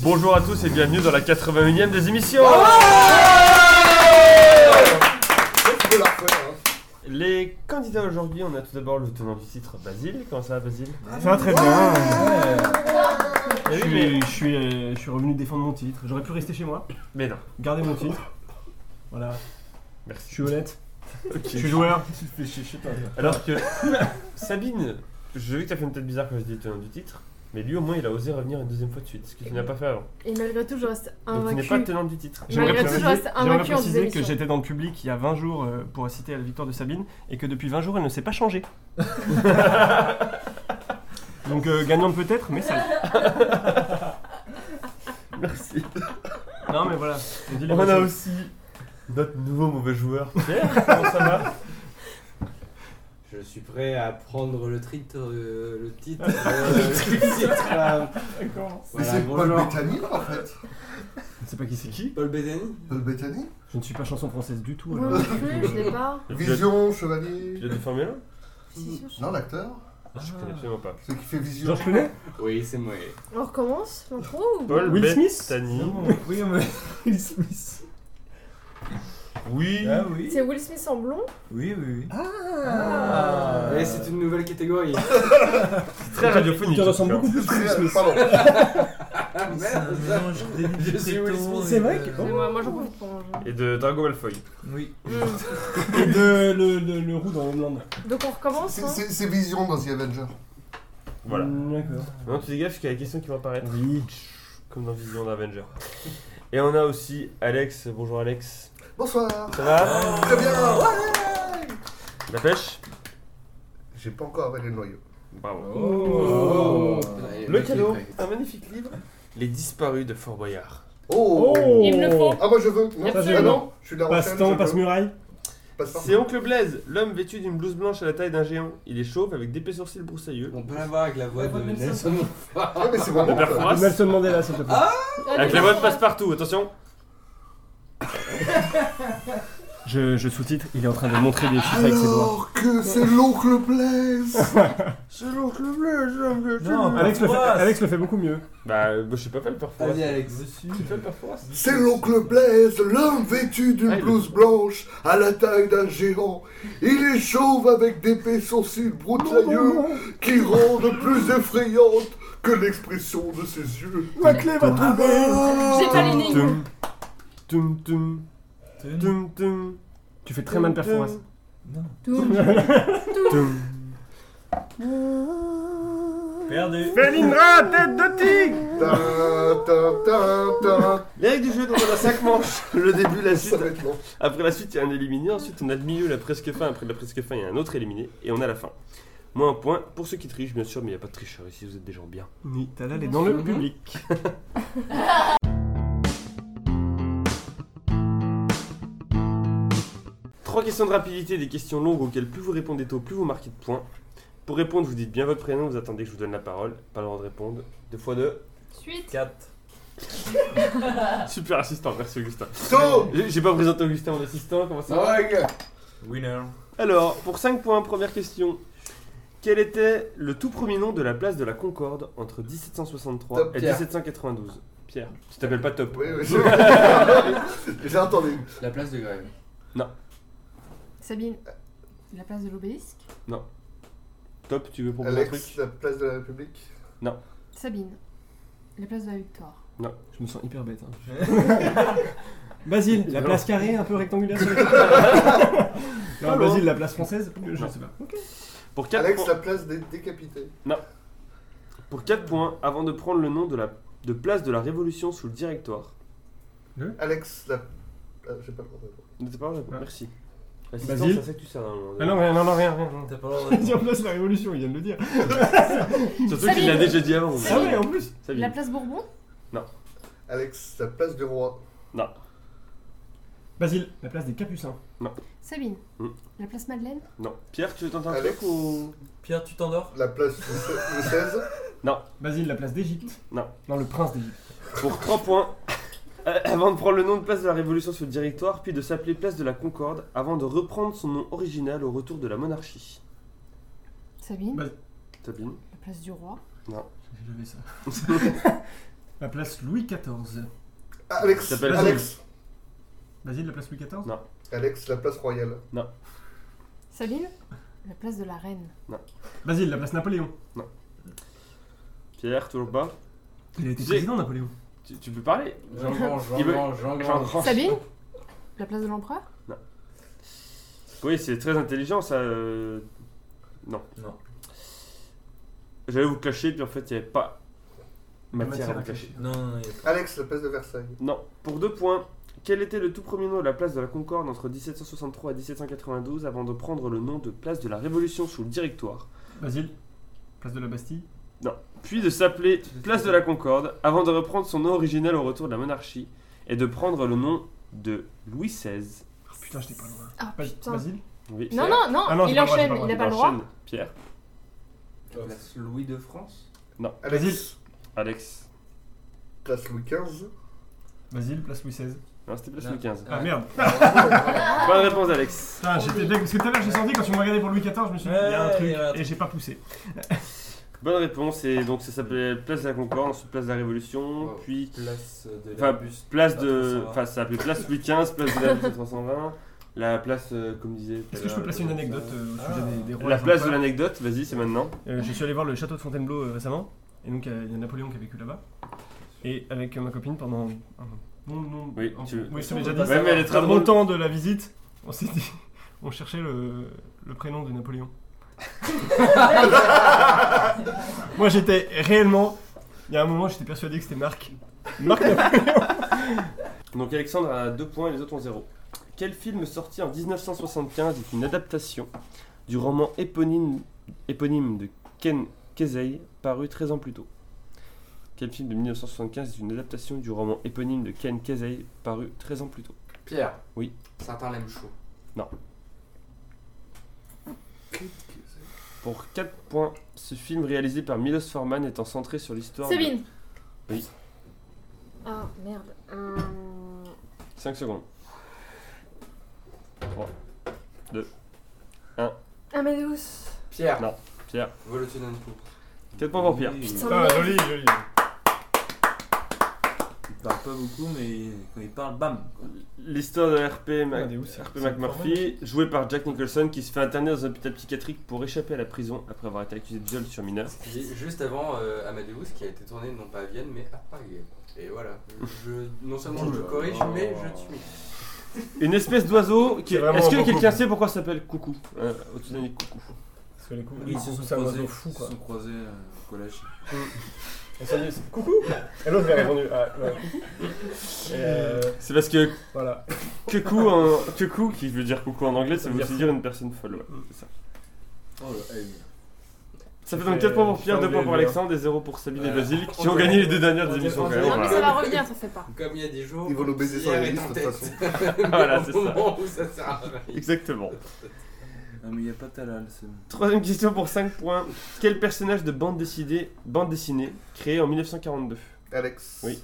Bonjour à tous et bienvenue dans la 81e des émissions. Les candidats aujourd'hui, on a tout d'abord le tenant du titre, Basile. Comment ça va, Basile? Ça va très bien. Je suis revenu défendre mon titre. J'aurais pu rester chez moi. Mais non. Garder mon titre. Voilà. Merci. Je suis honnête. Okay. Je suis joueur. Alors que Sabine, je vu que t'as fait une tête bizarre quand je dis le tenant du titre, mais lui au moins il a osé revenir une deuxième fois de suite, ce que tu n'as pas fait avant. Et malgré tout, je reste invaincu. Donc tu n'es pas le tenant du titre. Malgré tout, je reste J'aimerais invaincu en préciser deuxième que j'étais dans le public il y a 20 jours pour assister à la victoire de Sabine et que depuis 20 jours elle ne s'est pas changée. Donc gagnante peut-être, mais ça. Merci. Non mais voilà. On a aussi notre nouveau mauvais joueur. Pierre, comment ça va? Je suis prêt à prendre le titre. D'accord. Mais c'est Paul Bettany en fait. Je ne sais pas qui c'est qui. Paul Bettany. Paul Bettany. Je ne suis pas chanson française du tout. Moi Alors. non plus, je l'ai pas. Vision, Chevalier. Pilote de Formule 1? Non, l'acteur. Je connais absolument pas. C'est qui fait Vision. Georges Clooney. Oui, c'est moi. On recommence l'intro ou Paul Will Smith. Bettany. Oui, mais Will Smith. Oui. Ah oui. C'est Will Smith en blond? Oui, oui, oui. Et c'est une nouvelle catégorie. C'est très radiophonique. Tu ressembles beaucoup plus à Will Smith. Pardon. Ah C'est un mélange Je suis Will Smith. C'est vrai que. Moi j'en profite pour manger. Et de Drago Malfoy. Oui. Et de le roux dans Homeland. Donc on recommence hein. C'est Vision dans The Avenger. Voilà. D'accord. Non, tu fais gaffe qu'il y a des questions qui vont apparaître. Oui. Comme dans Vision d'Avenger. Et on a aussi Alex. Bonjour Alex. Bonsoir. Ça va? Très bien. Ouais. La pêche? J'ai pas encore avalé le noyau. Bravo. Oh. Le cadeau, un magnifique livre. Les disparus de Fort Boyard. Oh. Il me le faut. Ah, moi je veux. Non, Ça, je ah veux. non, je suis de la Rochelle. Passe-temps, passe-muraille. Passe-temps. C'est Oncle Blaise, l'homme vêtu d'une blouse blanche à la taille d'un géant. Il est chauve avec d'épais sourcils broussailleux. On peut l'avoir avec la voix de Nelson. Ah, mais c'est bon. Le père Fouras. Nelson Mandela, s'il te plaît. Avec la voix de passe-partout, attention. Je sous-titre, il est en train de montrer des chiffres avec ses doigts. Alors que c'est l'oncle Blaise. C'est l'oncle Blaise, l'homme vêtu. Non, Alex le fait beaucoup mieux. Bah, je sais pas faire le père Fouras. Vas-y, Alex. Tu fais le père Fouras? C'est l'oncle Blaise, l'homme vêtu d'une Ah, il- blouse blanche à la taille d'un géant. Il est chauve avec d'épais sourcils broussailleux qui rendent plus effrayante que l'expression de ses yeux. Ma clé va tomber. J'ai pas l'énigme. Tum tum tum tum. Tu fais très mal Père Fouras. Tout. Tum. Perdu. Felindra, tête de tigre. Ta, ta, ta, ta. Les règles du jeu, donc on a 5 manches. Le début, la suite. Ça va être long. Après la suite, il y a un éliminé. Ensuite, on a le milieu, la presque fin. Après la presque fin, il y a un autre éliminé. Et on a la fin. Moins un point pour ceux qui trichent, bien sûr, mais il n'y a pas de tricheur ici, vous êtes des gens bien. Oui, Talal est dans le public. Trois questions de rapidité, des questions longues auxquelles plus vous répondez tôt, plus vous marquez de points. Pour répondre, vous dites bien votre prénom, vous attendez que je vous donne la parole. Pas le droit de répondre. 2 x 2. Suite. 4. Super assistant, merci Augustin. Tôt. J'ai pas présenté Augustin, mon assistant, comment ça va? Ouais, gars. Winner. Alors, pour 5 points, première question. Quel était le tout premier nom de la place de la Concorde entre 1763 Top et Pierre. 1792? Pierre, tu t'appelles pas Top. Oui, oui, j'ai entendu. La place de grève. Sabine. La place de l'obélisque. Top, tu veux proposer un truc? Alex, la place de la République. Sabine. La place de la victoire. Je me sens hyper bête. Hein. Basile, la place carrée un peu rectangulaire sur les côtés. Non, Basile, la place française. Je Non. sais pas. Ok. Pour 4 Alex, points, la place des décapités. pour 4 points, avant de prendre le nom de place de la Révolution sous le Directoire. Alex, la. J'ai pas le droit de. Ne t'es pas là, Ah. merci. Assistant, Basile. ça c'est que tu sais. Ah non, rien. T'as pas le droit de Vas-y, en place la révolution, il vient de le dire. Surtout Sabine. qu'il l'a déjà dit avant. Ah ouais, en plus. Sabine. La place Bourbon. Alex, la place du roi. Basile, la place des Capucins. Sabine. Hmm. La place Madeleine. Non. Pierre, tu veux tenter un Alex. truc ou. Pierre, tu t'endors? La place du 16. Basile, la place d'Égypte. Non. Non, le prince d'Égypte. Pour 3 points, avant de prendre le nom de place de la Révolution sur le Directoire, puis de s'appeler place de la Concorde, avant de reprendre son nom original au retour de la monarchie. Sabine. Bah- Sabine. La place du roi. J'avais ça. La place Louis XIV. Alex, Ça s'appelle Alex. Basile, la place Louis XIV. Non. Alex, la place royale. Sabine, la place de la reine. Basile, la place Napoléon. Pierre, toujours pas. Il a été J'ai- président, Napoléon. Tu peux parler. J'engrange, Il veut- j'engrange. Sabine, la place de l'empereur. Oui, c'est très intelligent ça. Non. Non. J'allais vous clasher, puis en fait, il n'y avait pas matière à vous clasher. Non, il y a pas. Alex, la place de Versailles. Non. Pour 2 points, quel était le tout premier nom de la place de la Concorde entre 1763 et 1792 avant de prendre le nom de place de la Révolution sous le Directoire, Basile, place de la Bastille. puis de s'appeler place de la Concorde avant de reprendre son nom originel au retour de la monarchie et de prendre le nom de Louis XVI. Oh, putain, j'étais pas loin. Ah putain. Basile. Oui, Non, Pierre. non, non, Ah non, j'ai il pas le droit, j'ai enchaîne, pas le il a pas le Il droit. enchaîne. Pierre, Place Louis de France. Alex, Alex. place Louis XV. Basile, place Louis XVI. Non, c'était place Non. Louis XV. Ah merde. Bonne réponse, Alex. Putain, j'étais deg parce que tout à l'heure j'ai senti quand tu m'as regardé pour Louis XIV, je me suis dit, il y a un Ouais, truc, il y a un truc. et j'ai pas poussé. Bonne réponse, et donc ça s'appelait place de la Concorde, ensuite place de la Révolution, Wow. puis Place de Enfin, l'Airbus. place de. 320. Enfin, ça s'appelait place Louis XV, place de la 320, la place, comme disait. Est-ce que je peux placer une anecdote au sujet des rois La et des place de empereurs l'anecdote, vas-y, c'est maintenant. Je suis allé voir le château de Fontainebleau récemment, et donc il y a Napoléon qui a vécu là-bas. Et avec ma copine pendant un bon Oui, tu- oui, je te l'ai déjà dit. Ouais, mais elle est très Dans le drôle. bon temps de la visite, on s'est dit, on cherchait le prénom de Napoléon. Moi j'étais réellement, il y a un moment j'étais persuadé que c'était Marc. Marc Napoléon. Donc Alexandre a 2 points et les autres ont 0. Quel film sorti en 1975 est une adaptation du roman éponyme de Ken Kesey, paru 13 ans plus tôt? Quel film de 1975 est une adaptation du roman éponyme de Ken Kesey, paru 13 ans plus tôt? Pierre. Oui. Saint-Arlem chaud. Pour 4 points, ce film réalisé par Milos Forman étant centré sur l'histoire de... Sabine. Oui. Ah merde. 5 secondes. 3, Amadeus. Pierre. Non. Pierre. Volotunenko. 4 points pour Pierre. Putain, Ah, merde. joli, joli. Il parle pas beaucoup, mais quand il parle, bam. L'histoire de RP, Amadeus, RP c'est McMurphy, joué par Jack Nicholson, qui se fait interner dans un hôpital psychiatrique pour échapper à la prison après avoir été accusé de viol sur mineur. Juste avant Amadeus qui a été tourné non pas à Vienne mais à Paris. Et voilà. Non seulement je te corrige mais je t'humilie. Une espèce d'oiseau qui. C'est vraiment Est-ce que beaucoup. quelqu'un sait pourquoi ça s'appelle Coucou au-dessus d'un nid de Coucou. Parce que les coups, Ils se sont c'est un croisés, oiseau fou ils se quoi. sont croisés au collège. Et ça dit, c'est coucou. Et l'autre lui a répondu, ah ouais, coucou. Et C'est parce que voilà. Coucou, qui veut dire coucou en anglais, ça Ça veut veut aussi dire dire une personne folle. Ouais, c'est ça. Oh le haine. Ça fait donc 4 points pour Pierre, 2 points pour Alexandre et 0 pour Sabine et Basile, qui ont gagné les 2 dernières émissions quand même. Non mais ça Voilà. va revenir, ça fait pas. Comme il y a des jours. Ils vont nous baiser sur Pierre la est liste, en de toute tête. façon. Voilà, c'est Au ça. moment où ça sert à rien. Exactement. Non mais il y a pas Talal, c'est. Troisième question pour 5 points. Quel personnage de bande dessinée créé en 1942? Alex. Oui.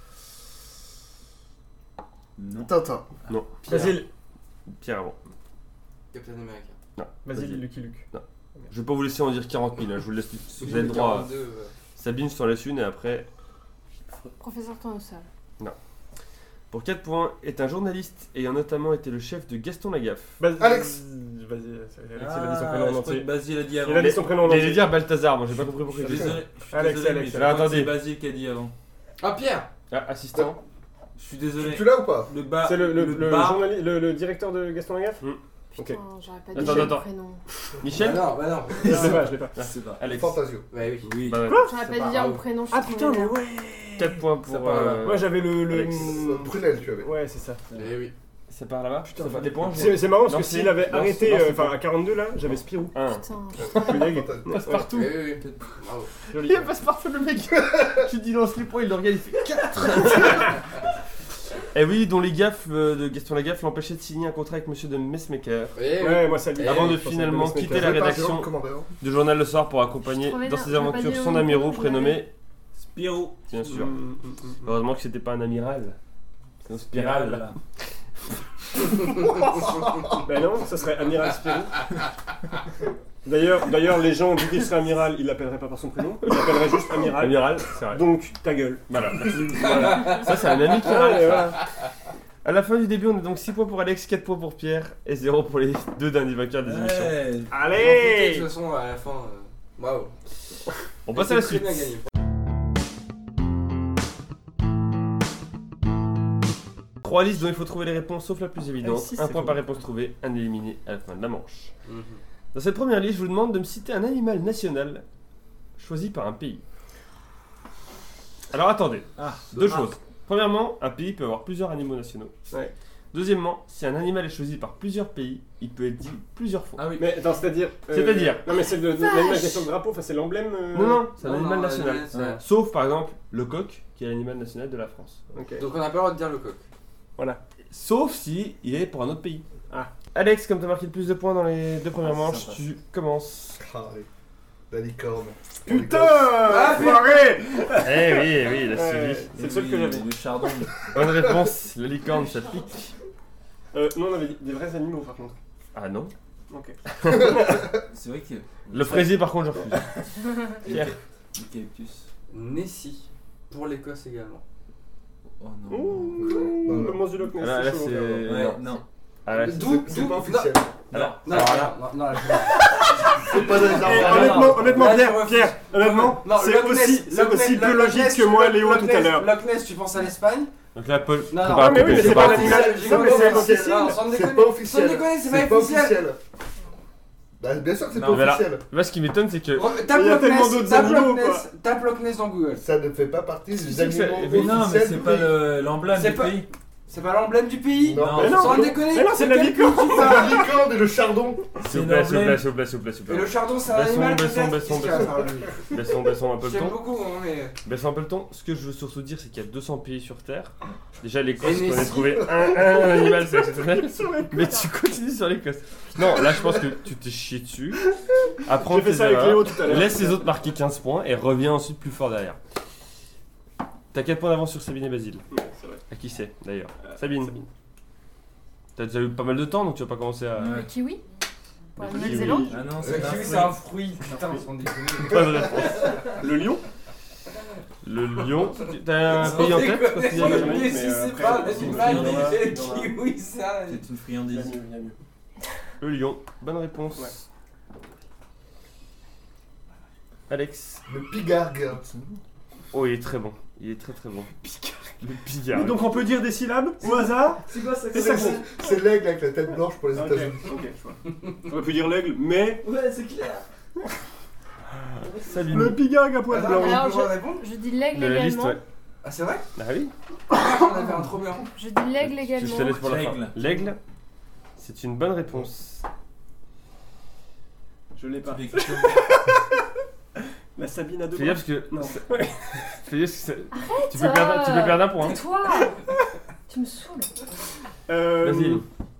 Non. Tintin. Basile, Pierre avant. Captain America. Basile, Lucky Luke. Je vais pas vous laisser en dire 40 000, hein, je vous laisse. Vous avez le droit. 42, Sabine, je t'en laisse une et après. Professeur Tournesol. Pour 4 points, est un journaliste ayant notamment été le chef de Gaston Lagaffe. Alex. Vas-y, Alex, il a dit son prénom en entier. Basile a dit avant. Il a dit son prénom en J'allais entier. dire Balthazar, moi j'ai pas compris pourquoi Je il suis dit ça. désolé, je suis Alex, désolé, Alex. mais Alors, je crois que attendez. c'est Basile qui a dit avant. Ah Pierre. Ah, assistant. Je suis désolé. Tu l'as ou pas? Le bar. C'est le bar. journaliste, le directeur de Gaston Lagaffe. Putain, Ok. j'aurais pas Attends, dit attends. le prénom. Michel. Bah non. Je l'ai pas. C'est pas. Alex. Fantasio. Ouais oui. Oui. Bah ouais. J'aurais C'est pas pas dit dire grave. le prénom. je Ah suis putain, trop mais nulle. ouais. 4 points Ça pour. part là. Moi j'avais le. Alex. Brunel, tu avais. Ouais, c'est ça. Eh oui. Ça part là-bas. Ça fait des points. C'est marrant parce Non, que c'est- s'il avait non, arrêté, non, c'est enfin pas. à 42 là, j'avais Spirou. 1. Putain. Le nègre. Fantasio. Passe partout. Oui, oui, oui. Bravo. Joli. Il passe partout le mec. Tu dis lance les points, il le regarde, il fait 4. Eh oui, dont les gaffes de Gaston Lagaffe l'empêchaient de signer un contrat avec monsieur de Messmaker. Oui, oui. Ouais, moi ça lui. Avant de Je pensais finalement que c'était quitter Messmaker. la Joué par rédaction Jérôme Commandeur. du journal Le Soir pour accompagner Trop dans vénère, ses j'aurais pas aventures dit son le ami nom, héros je prénommé, Spirou. bien sûr. Mm. Heureusement que c'était pas un amiral. C'est un spirale. Là. Ben non, ça serait Amiral Spirou. D'ailleurs, les gens disent qu'il serait amiral, ils l'appelleraient pas par son prénom, ils l'appelleraient juste amiral. Amiral, c'est vrai. Donc, ta gueule. Voilà. Voilà. Ça, c'est un ami qui râle. Voilà. À la fin du début, on a donc 6 points pour Alex, 4 points pour Pierre et 0 pour les 2 derniers vainqueurs des émissions. Ouais. De Allez toute façon, à la fin, waouh. On passe à la C'est suite. très bien gagné. 3 listes dont il faut trouver les réponses sauf la plus évidente. Ah, si, Un c'est point faux. par réponse trouvée, un éliminé à la fin de la manche. Mhm. Dans cette première liste, je vous demande de me citer un animal national choisi par un pays. Alors attendez, deux choses. Premièrement, un pays peut avoir plusieurs animaux nationaux. Ouais. Deuxièmement, si un animal est choisi par plusieurs pays, il peut être dit plusieurs fois. Ah oui. Mais attends, c'est-à-dire. C'est-à-dire Non, mais c'est l'animal qui est sur le drapeau, enfin, c'est l'emblème. Non, non, c'est un Non, animal non, national. l'animal national. Sauf par exemple le coq, qui est l'animal national de la France. Ok. Donc on n'a pas le droit de dire le coq. Voilà. Sauf si il est pour un autre pays. Ah. Alex, comme tu as marqué le plus de points dans les 2 premières Ah, manches, sympa. tu commences. Ah, allez. La licorne. Putain Ah, foiré Eh oui, il a suivi. C'est le seul que j'avais. Le chardon. Bonne réponse, la licorne, ça pique. Non, on avait des vrais animaux par contre. Ah non. Ok. C'est vrai que. Le fraisier, par contre, je refuse. Pierre. L'eucalyptus. Nessie. Pour l'Écosse également. Oh non. Ouh, le monstre du Loch Ness, Ah, là, chaud, c'est- quand même. Ouais, non. non. Ah, là, C'est pas officiel. alors, Non, alors là, non, non, C'est pas dans les Eh, arbres. honnêtement, Là, je Pierre, refuse. Pierre, honnêtement, Non, c'est Loch Ness, aussi peu Loch logique Ness, que moi, Léo, Loch tout Ness, à l'heure. Loch Ness, tu penses à l'Espagne? donc là, Paul, Non, prépare non, à mais oui, couper, mais c'est pas l'animal. J'ai Non, mais compris, c'est non, officiel. non, sans C'est déconner. pas officiel. Sans déconner, c'est pas officiel. Bah, bien sûr que c'est Non, mais pas là- officiel. Là, ce qui m'étonne, c'est que. Tape Il y a Loch tellement Ness, d'autres tape animaux, Loch Ness, tape Loch Ness dans Google. Ça ne fait pas partie Si, des si, que ça- animaux mais Mais non, mais officiels c'est du pas pays. l'emblème C'est du pas- pays. C'est pas l'emblème du pays. Non, Non. Mais non, Sans déconner. mais non, c'est de la quel licorne. pays tu C'est la parles licorne et le chardon. S'il vous plaît, s'il vous plaît, s'il vous plaît, s'il vous plaît, s'il vous Et le plaît. chardon, c'est un Baissons, animal baissons, peut-être. baissons, Qu'est-ce qu'il va baissons. faire, lui Baissons un peu le J'aime temps. beaucoup, hein, mais. Baissons un peu le temps. Ce que je veux surtout dire, c'est qu'il y a 200 pays sur Terre. Déjà, l'Écosse, Et on a Nessie. trouvé un animal, c'est exceptionnel. Mais tu continues sur l'Écosse. Non, là, je pense que tu t'es chié dessus. Apprends J'ai fait tes ça avec erreurs. Léo tout à l'heure. Laisse les autres marquer 15 points et reviens ensuite plus fort derrière. T'as 4 points d'avance sur Sabine et Basile. Ouais, c'est vrai. À qui c'est d'ailleurs Sabine. T'as déjà eu pas mal de temps donc tu vas pas commencer à. Le Ouais. kiwi Pour la Le Nouvelle-Zélande Ah non, Le c'est kiwi, un c'est un fruit. Putain, sans déconner. Pas de réponse. Le lion Le lion. T'as un pays en tête parce qu'il y a- déconner. Mais si Mais c'est après, pas c'est l'animal, une friandise. le Il y en a. kiwi, ça. C'est une friandise. Le lion. Bonne réponse. Ouais. Alex. Le pigargue. Oh, il est très bon. Il est très très bon. Le pigard. Mais donc on peut dire des syllabes au hasard C'est quoi ça C'est ça, C'est c'est l'aigle avec la tête blanche pour les Ok, États-Unis. ok, je vois. On aurait pu dire l'aigle, mais Ouais, c'est clair. Sabine. le pigargue à poil Alors, blanc. Alors, on peut répondre Je dis l'aigle De la liste, également. ouais. Ah, c'est vrai Ah oui. On avait un trop bien. Je dis l'aigle Je te également. laisse pour la fin. L'aigle. L'aigle. C'est une bonne réponse. Je l'ai pas. Tu l'écris comme- La Sabine à deux Fais bras. gaffe parce que. Non. Fais gaffe parce que tu peux perdre un point. hein. Toi Tu me saoules. Vas-y.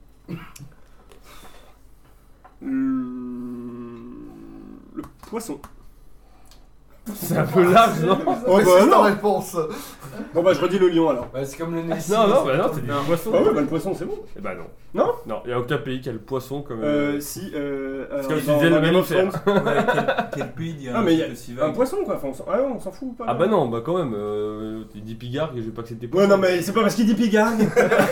Le poisson. C'est un peu large, non Oh Ouais, bah c'est ta non. réponse. Bon bah je redis le lion alors. Bah, c'est comme le Nessie. Non, non, bah non, t'as dit le poisson. Bah ouais, bah le poisson c'est bon. Eh bah non. Non Non, il n'y a aucun pays qui a le poisson comme. Si, C'est comme si tu dans disais le Game of mammifère. Thrones. Ouais, quel pays dit Ah un mais il y truc aussi a un vague. poisson quoi, enfin, ah non, on s'en fout pas. Ah bah non, bah quand même. Tu dis pigard et je vais pas accepter. Ouais non mais c'est pas parce qu'il dit pigargue.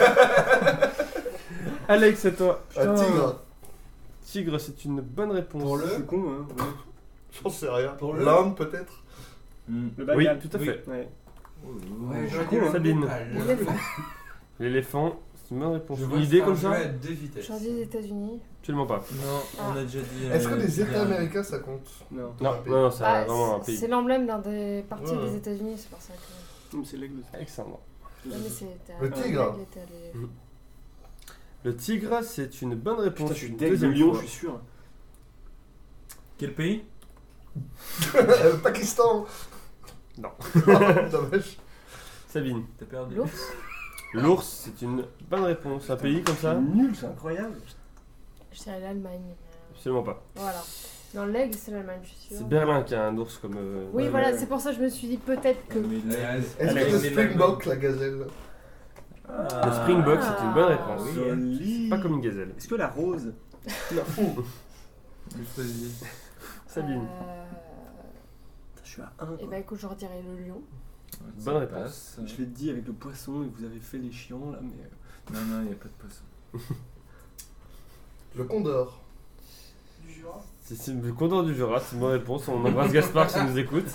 Alex, c'est toi. Un tigre. Tigre, c'est une bonne réponse. Pour Je le. suis con hein. Ouais. J'en sais rien. Pour le- L'Inde peut-être. Hmm. Le Oui, bagad. tout à fait. Ouais. Ouais, j'aurais Cool, dit le- Sabine. Ah, le- L'éléphant. L'éléphant, c'est une bonne réponse. Je vois Une que idée c'est un comme jeu ça à deux vitesses. J'en dis les États-Unis. Absolument pas. Non, on a déjà dit. Est-ce que les c'est États bien. américains ça compte? Non. Non, un pays. non, c'est Ah, vraiment un pays. c'est l'emblème d'un des parties Ouais. des États-Unis, c'est pour ça que. C'est l'aigle. Alexandre. Non, mais c'était Le tigre. l'aigle était allé- Le tigre, c'est une bonne réponse. Putain, je suis Une deg de deuxième lion, fois. je suis sûr. Quel pays? Pakistan. Non. Dommage. Sabine. T'as perdu. L'ours L'ours, c'est une bonne réponse. Un pays comme ça Nul, c'est incroyable. Je dirais l'Allemagne. mais, Absolument pas. Voilà. Non, l'aigle, c'est l'Allemagne, je suis sûre. C'est Berlin qui a un ours comme. Oui, Ouais, voilà, ouais. c'est pour ça que je me suis dit peut-être que. Mais là- Est-ce Avec que le des Springbok, la gazelle? Le Springbok, c'est une bonne réponse. oui. Joli. Pas comme une gazelle. Est-ce que la rose Plus choisi. Sabine. Je suis à 1. Et bah écoute, je redirais le lion. Bonne réponse. Je l'ai dit avec le poisson et vous avez fait les chiants là, mais. Non, il n'y a pas de poisson. Le Condor. C'est le condor du Jura, c'est une bonne réponse. On embrasse Gaspard qui nous écoute.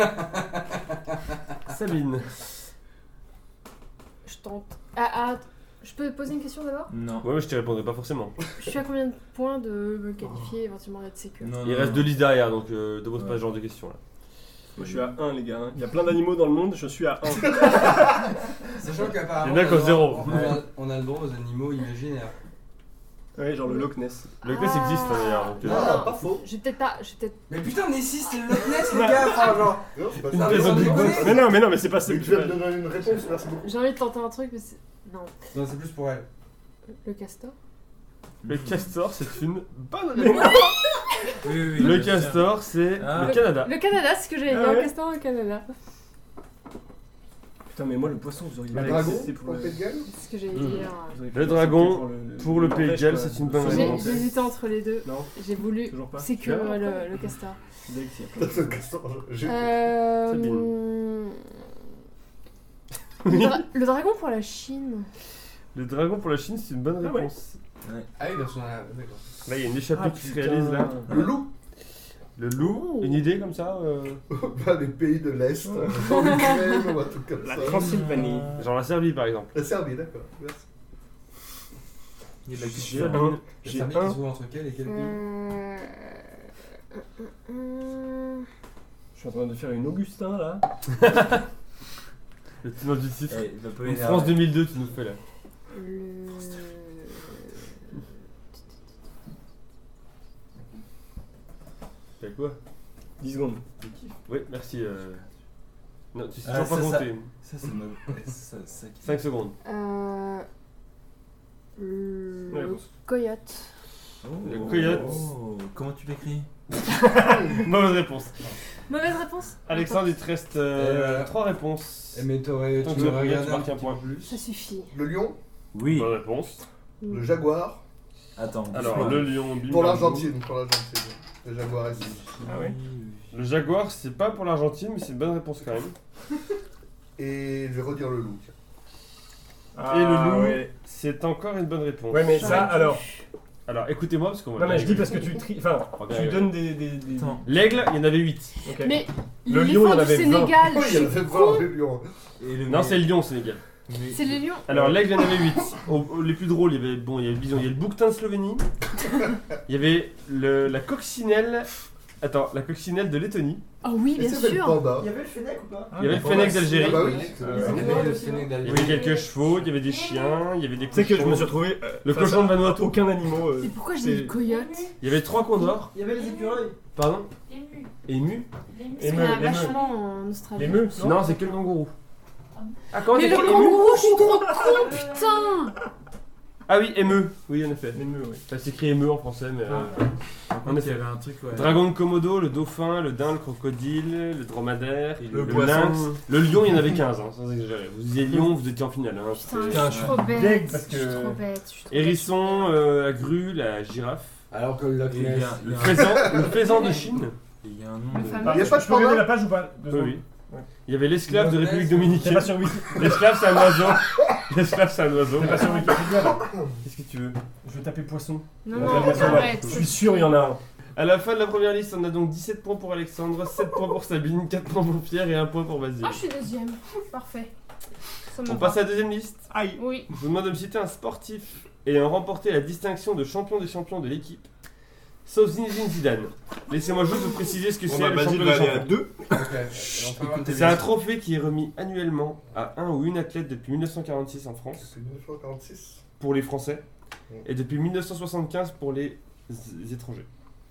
Sabine. Je tente. Je peux poser une question d'abord? Non. Ouais, mais je te répondrai pas forcément. Je suis à combien de points de me qualifier éventuellement d'être sécure? Non, Il reste 2 listes derrière, donc ne pose pas ce genre de questions là. Moi je suis à 1, les gars. Il y a plein d'animaux dans le monde, je suis à 1. Sachant qu'apparemment, Il y en a qu'au zéro. on a le droit aux animaux imaginaires. Ouais, genre le Loch Ness. Le Loch Ness existe hein, d'ailleurs. Donc, Ah, pas faux. J'ai peut-être pas. Mais putain, mais si, c'est le Loch Ness, les gars, enfin, genre. Non, c'est pas Une ça. pièce en mais Big on Boss. déconne. Mais non, mais c'est pas ça. Mais tu viens de me donner une réponse, merci beaucoup. J'ai envie de tenter un truc, mais c'est. Non. Non, c'est plus pour elle. Le castor? Le castor, c'est une bonne réponse. Oui, Le bien sûr. castor, c'est Ah. le Canada. Le Canada, c'est ce que j'avais dit. Ah ouais. Le castor au Canada. Putain, mais moi le poisson, vous auriez Le pas dragon existé pour le Pays de Galles. C'est ce que j'allais Mmh. dire. vous auriez Le pas dragon, existé pour le Pays de Norvège, Galles, quoi. c'est une bonne J'ai réponse. hésité entre les deux. Non, J'ai voulu toujours pas. sécuriser Tu le castor. Dès qu'il y a plein de- Le Castor, j'ai- Le dragon pour la Chine. Le dragon pour la Chine, c'est une bonne Ah ouais. réponse. Ah oui, parce qu'on a. D'accord. Là, il y a une échappée Ah, qui se putain. réalise là. Le loup. Le loup, une idée comme ça Bah, les pays de l'Est, en Ukraine ou un truc comme La ça. Transylvanie. Genre la Serbie par exemple. La Serbie, d'accord. Merci. Il y a de la J'ai culture. un. Le J'ai Serbie qui un. se trouve entre quel et quel pays Je suis en train de faire une Augustin là. Le tenant du titre. Eh, il va pas Donc, énerver. France 2002, tu nous fais là. T'as quoi 10 secondes. Oui, merci. Non, tu sais Ah, toujours pas ça, compter. Ça, c'est ma. Ça qui- 5 secondes. Ouais, Le bon. coyote. Le coyote. Oh, comment tu l'écris? Mauvaise réponse. Mauvaise réponse. Alexandre, il te reste voilà. 3 réponses. Eh, mais t'aurais. Tant Tu que tu m'aurais regardes, regardé tu un marques un petit point. peu plus. Ça suffit. Le lion. Oui. Bonne réponse. Le jaguar. Attends. Alors, bouge-moi. le lion, bim, Pour bam, l'Argentine. Pour l'Argentine. Le jaguar ici. Ah ouais. boum. Le jaguar, c'est pas pour l'Argentine, mais c'est une bonne réponse quand même. Et je vais redire le loup. tiens. Et le loup, Ouais. c'est encore une bonne réponse. Ouais, mais ça, alors. Alors, écoutez-moi parce qu'on va. Non, mais je dis parce que tu enfin, tu donnes des. Attends. L'aigle, il y en avait 8. Ok. Mais Le lion, il y l'éléphant en du avait 20. Sénégal, Oui, je il y en a suis fait con. voir les lions. Et le Non, c'est le lion, Sénégal. C'est les lions. Alors, l'aigle, il y en avait 8. Les plus drôles, il y avait, bon, il y avait le bison, il y avait le bouquetin de Slovénie. Il y avait la coccinelle. Attends, la coccinelle de Lettonie. Oh oui, Et bien c'est le sûr. panda. Il y avait le Fennec ou pas Il y avait le fennec d'Algérie. Ah bah oui. Il y avait le Sénégal Il y d'Algérie. avait quelques chevaux, il y avait des chiens, il y avait des Tu sais que je me suis cochons. retrouvé. Le face cochon de à Vanuatu. Aucun animal. Mais pourquoi j'ai dit c'est- le coyote? Il y avait 3 condors. Il y avait les écureuils. Pardon Ému. Ému Parce Émeu, qu'il y en a émeu. vachement en Australie. Les meufs, Non, c'est que le kangourou. Ah, comment Mais c'est le ému kangourou, je suis trop con, putain! Ah oui, émeu. Oui, en effet. Les meufs, oui. Ça s'écrit émeu en français, mais. En effet, il y avait un truc, ouais. Dragon de Komodo, le dauphin, le daim, le crocodile, le dromadaire, Le le poisson. lynx. Le lion, il y en avait 15, hein, sans exagérer. Vous disiez lion, vous étiez en finale. Hein, Putain, c'était- je suis trop deg bête. parce Je suis que- trop bête. je suis trop Hérisson, la grue, la girafe. Alors que le Loch Et il y a- Ness. il y Le a un- faisan de Chine. et il y a un nom Le de. fameux. Il y a pas de Je peux regarder panda. la page ou pas Deux Oui, secondes. oui. Il y avait l'esclave de Le République Ness. T'es dominicaine. pas sur Wiki. L'esclave, c'est un oiseau. L'esclave, c'est un oiseau. T'es pas sur Wikipédia là. Qu'est-ce que tu veux? Je vais taper poisson. Non, Ouais, non, bien sûr, arrête. Je suis sûr, il y en a un. À la fin de la première liste, on a donc 17 points pour Alexandre, 7 points pour Sabine, 4 points pour Pierre et 1 point pour Basile. Ah, je suis deuxième. Parfait. Ça me On va. passe à la deuxième liste. Aïe. Oui. Je vous demande de me citer un sportif ayant remporté la distinction de champion des champions de l'équipe. Sauf Zinedine Zidane. Laissez-moi juste vous préciser ce que c'est le champion des champions. 2. Ok, on peut voir tes C'est un trophée qui est remis annuellement à un ou une athlète depuis 1946 en France, C'est 1946. pour les Français, et depuis 1975 pour les étrangers.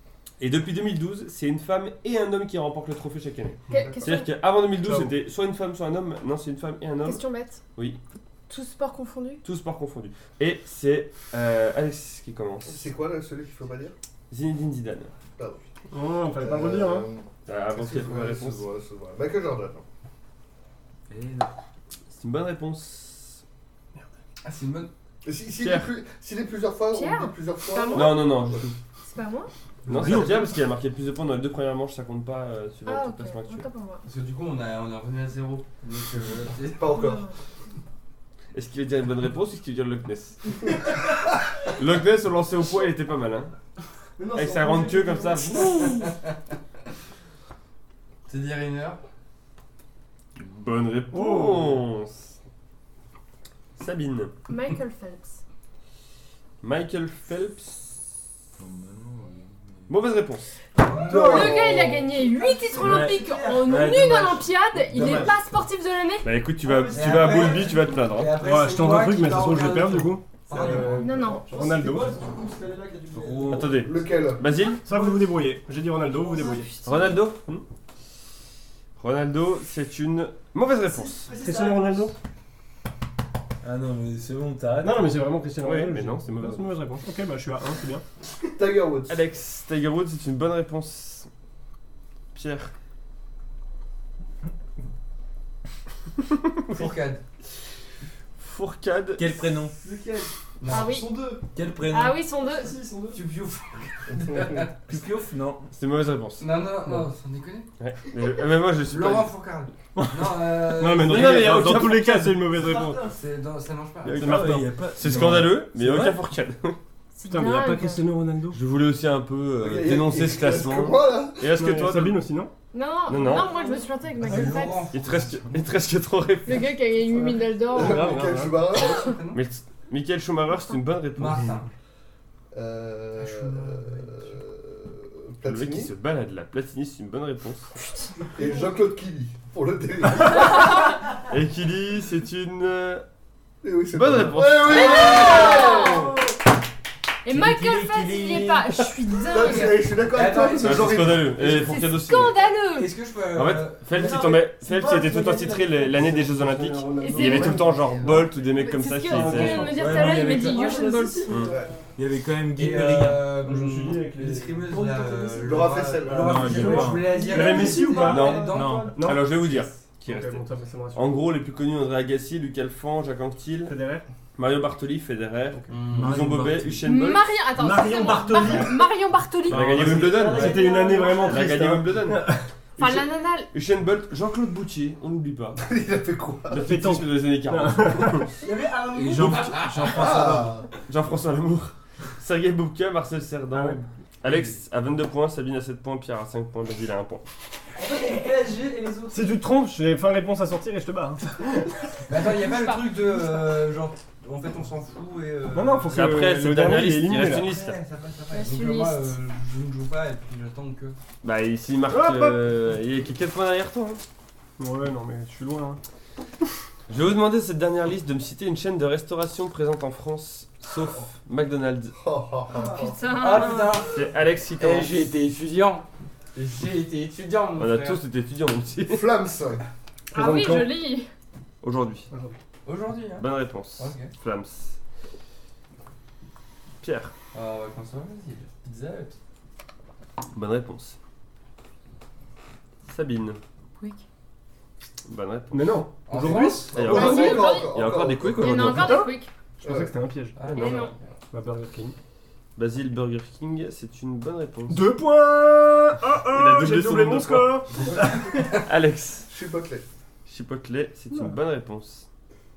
Et depuis 2012, c'est une femme et un homme qui remportent le trophée chaque année. Question, C'est-à-dire qu'avant 2012, Ciao. c'était soit une femme, soit un homme. Maintenant, c'est une femme et un homme, question bête. Oui. Tout sport confondu? tous sports confondus. Et c'est Alex qui commence. C'est quoi là, celui qu'il faut pas dire? Zinedine Zidane. Pardon. Oh, fallait pas le redire, hein. Avant qu'il y ait la réponse. C'est vrai. Michael Jordan. Et non. C'est une bonne réponse. Ah, c'est une bonne. S'il Pierre. est plusieurs fois, on Pierre le dit plusieurs fois. Pas moi. Non, non, non. C'est pas moi? Non, c'est Pierre parce qu'il a marqué le plus de points dans les 2 premières manches, ça compte pas suivant Ah, le ok. classement actuel. Autant pour moi. Parce que du coup, on est revenu à 0. Donc, Pas encore. Est-ce qu'il veut dire une bonne réponse ou est-ce qu'il veut dire Loch Ness? Loch Ness au lancer au poids, il était pas mal, hein. Avec sa grande queue comme ça. Teddy Riner. Bonne réponse. Sabine. Michael Phelps. Michael Phelps. Oh, bah non, Mauvaise réponse. Le gars, il a gagné 8 titres olympiques en une Olympiade. Il est pas sportif de l'année. Bah écoute, tu vas à Boulby, tu vas te plaindre. hein. Ouais, je tente un truc, mais de toute façon, je vais perdre du coup. Non. Ronaldo. Attendez. Lequel? Basile. Ça, vous vous débrouillez. J'ai dit Ronaldo, vous vous débrouillez. Ronaldo. Ronaldo, c'est une mauvaise réponse. Cristiano Ronaldo? Ah non, mais c'est bon, t'arrêtes. Non, mais c'est vraiment Cristiano Ouais, Ronaldo. mais je non, dis. c'est mauvaise une mauvaise réponse. Ok, bah je suis à 1, c'est bien. Tiger Woods. Alex, Tiger Woods, c'est une bonne réponse. Pierre. Fourcade. Fourcade. Quel prénom? Ah oui. Quel prénom? Ah oui, sont deux. Tupiouf. Pupiouf? Non. C'est une mauvaise réponse. Non, sans déconner. Ouais. Mais moi je suis Laurent pas. Fourcade. Non, mais Non, mais dans, il y a aucun dans tous les cas, Fourcade. c'est une mauvaise réponse. Ça marche pas. C'est C'est Martin. y a pas... C'est Non. scandaleux, mais il n'y a C'est aucun vrai Fourcade. Putain, mais il n'y a pas dingue. Cristiano Ronaldo. Je voulais aussi un peu Il y a- dénoncer il ce reste classement. que moi, là. Et est-ce que toi, Sabine aussi, non? Non, Non. moi je me suis planté avec Michael Phelps. Laurent. il te reste que 3 réponses. Le gars qui a gagné 8 médailles d'or. grave, Michael grave. Schumacher. Mais Michael Schumacher, c'est une bonne réponse. Martin. Euh, Le mec qui Platini se balade là, Platini, c'est une bonne réponse. et Jean-Claude Killy pour le délire. Et Kili, c'est une Et oui, c'est bonne pas- réponse. Eh oui. Et Michael Phelps, Kili. il y est pas. Je suis Non, dingue. je suis d'accord avec toi, Attends, parce Ah, que c'est genre, scandaleux. Et C'est Fourcade aussi. scandaleux. Est-ce que je peux. En fait, Phelps, il tombait. Phelps, il était tout le temps titré l'année des Jeux Olympiques. Et Il y avait tout le temps genre Bolt ou des mecs comme C'est ça ce qui que tu étaient. viens de me dire Ouais, tout à l'heure, mais il m'a il y dit avait Usain Bolt. Il y avait quand même Et Guy Perrin. Je me suis dit avec les- l'escrimeuse, Laura Laura Flessel. Laura Non, Flessel, il y avait pas. je voulais la dire. Il y avait Messi ou pas Non. Non. Non. Alors je vais vous dire qui est Ok, resté. bon, ça me rassure. En gros, les plus connus André Agassi, Luc Alphand, Jacques Anquetil, Federer. Mario Bartoli, Federer, Marion Louison Bobet, Bartoli. Usain Bolt. Attends, Marion excusez-moi. Bartoli. Marion Bartoli. Il a gagné Wimbledon. C'était une année vraiment Il a triste. gagné hein. Wimbledon. Enfin, la nana. Usain Bolt, Jean-Claude Boutier, on n'oublie pas. il a fait quoi? Le fétisme des années 40. Et Jean-François Ah, Jean-François Lamour, Sergei Boubka, Marcel Cerdan. Ah ouais. Alex à 22 points, Sabine à 7 points, Pierre à 5 points, Basile à 1 point. Si tu te trompes, j'ai fin réponse à sortir et je te bats. hein. Mais attends, il y a pas le truc de. Genre, en fait, on s'en fout et. Non, non, faut que C'est après le cette dernière dernier, liste, il est il éliminé, reste là. une liste. Ouais, ça passe, ça passe. Reste Donc une moi, liste. je ne joue pas et puis j'attends que. Bah ici il marque, Hop, hop. il est 4 points derrière toi. hein. Ouais, non, mais je suis loin. hein. Je vais vous demander cette dernière liste de me citer une chaîne de restauration présente en France, sauf McDonald's. Putain. putain. C'est Alex qui Eh, commence. j'ai été étudiant. J'ai été étudiant, mon On a frère. tous été étudiants même si. Flams. Ah oui, Présente quand joli. Aujourd'hui. Aujourd'hui, hein. Bonne réponse. Ok. Flams. Pierre. Ah, ouais, comme ça, vas-y. Pizza Hut. Bonne réponse. Sabine. Quick. Bonne réponse. Mais non, En aujourd'hui France Il y a Ouais, encore, Vas-y, il y a encore des quicks Il y en a aujourd'hui. encore des quick. je pensais que c'était un piège. Ah, Mais non. Bah, Burger King. Basile Burger King, c'est une bonne réponse. 2 points. Il a Oh, doublé j'ai son doublé nombre mon de points. score. Alex. Chipotle. Chipotle, c'est une bonne réponse.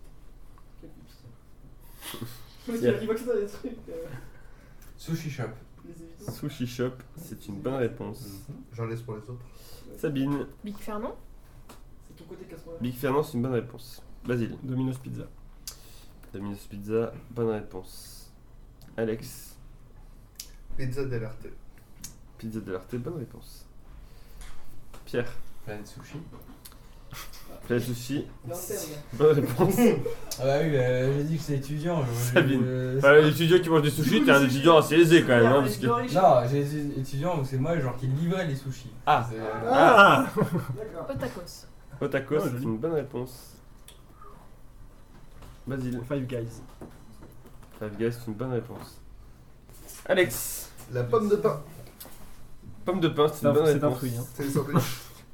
Sushi Shop. Sushi Shop, c'est une bonne réponse. J'en laisse pour les autres. Sabine. Big Fernand. Big Fernand, c'est une bonne réponse. Basile. Domino's Pizza. Domino's Pizza, bonne réponse. Alex. Pizza dell'arte. Pizza dell'arte, bonne réponse. Pierre. Planet Sushi. Plat sushi, bonne réponse. Ah bah oui, j'ai dit que c'est étudiant. Sabine. Enfin, l'étudiant qui mange des sushis, t'es un étudiant assez aisé quand même. Hein, parce que... Non, j'ai dit étudiant, donc c'est moi genre qui livrait les sushis. Ah. C'est, Ah. Otakos. Otakos, Ah, c'est joli. une bonne réponse. Basile. Five Guys. Five Guys, c'est une bonne réponse. Alex. La pomme de pain. Pomme de pain, c'est C'est une bonne un réponse. fruit. Hein. C'est les sandwichs.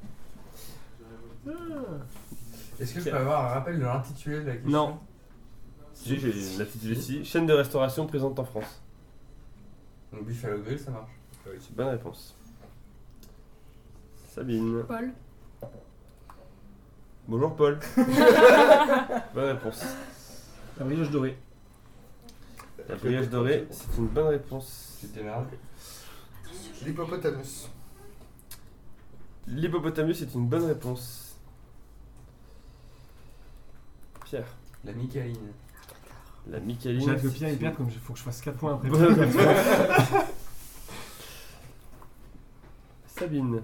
Est-ce que je peux avoir un rappel de l'intitulé de la question? Non. Si, j'ai l'intitulé ici. Chaîne de restauration présente en France. Donc Buffalo Grill, ça marche. C'est bonne réponse. Sabine. Paul. Bonjour Paul. Bonne réponse. La brioche dorée. La brioche dorée, c'est une bonne réponse. Tu t'énerves. L'hippopotamus. L'hippopotamus est une bonne réponse. Pierre. La Micaline. La Micaline. J'ai hâte que c'est Pierre il une perde, comme il faut que je fasse 4 points après. bonne réponse. Sabine.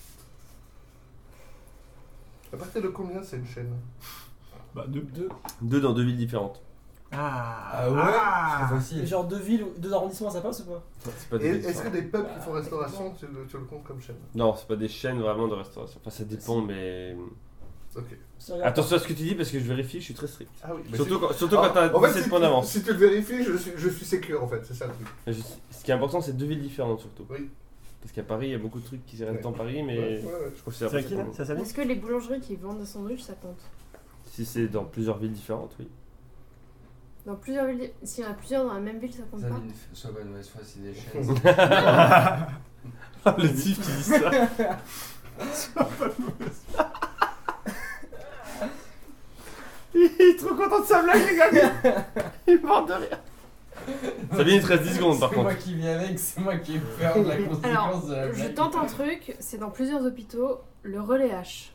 À partir de combien c'est une chaîne? Bah, 2. 2 dans 2 villes différentes. Ah ouais. ah. C'est facile. Genre 2 villes, 2 arrondissements, ça passe ou pas? C'est pas Et des villes est-ce que différentes. des peuples qui font restauration, tu le comptes comme chaîne? Non, c'est pas des chaînes vraiment de restauration. Enfin, ça dépend, mais. Ok. Si on regarde- Attention à ce que tu dis parce que je vérifie, je suis très strict. Ah oui. Surtout quand t'as en fait, 17 si points d'avance. Si tu le vérifies, je suis sécure en fait, c'est ça le truc. Ce qui est important, c'est 2 villes différentes surtout. Oui. Parce qu'à Paris, il y a beaucoup de trucs qui restent Ouais. dans Paris, mais Ouais, ouais. je considère C'est à pas qui ça là comme- C'est à Sabine? Est-ce que les boulangeries qui vendent des sandwichs, ça compte? Si c'est dans plusieurs villes différentes, oui. Dans plusieurs villes, s'il y en a plusieurs dans la même ville, ça compte pas? Sabine, sois pas de mauvaise foi, c'est des chaînes. Le type qui dit ça. Il est trop content de sa blague, les gars. Il est mort de rire. Sabine, il te reste 10 secondes par C'est moi contre. qui viens avec, c'est moi qui ai peur de la conséquence Alors, de la je blague. tente un truc, c'est dans plusieurs hôpitaux, le relais H.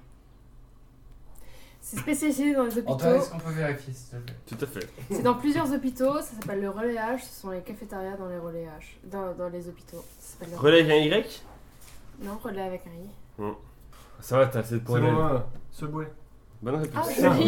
C'est spécialisé dans les Antoine, hôpitaux. est-ce qu'on peut vérifier s'il te plaît? Tout à fait. C'est dans plusieurs hôpitaux, ça s'appelle le relais H, ce sont les cafétérias dans les relais H, dans les hôpitaux. Ça s'appelle le Relais avec un Y. Non, relais avec un I. Ça va, t'as assez de points. C'est Hélène. bon, ce bouet. Bonne Ah, réponse. oui.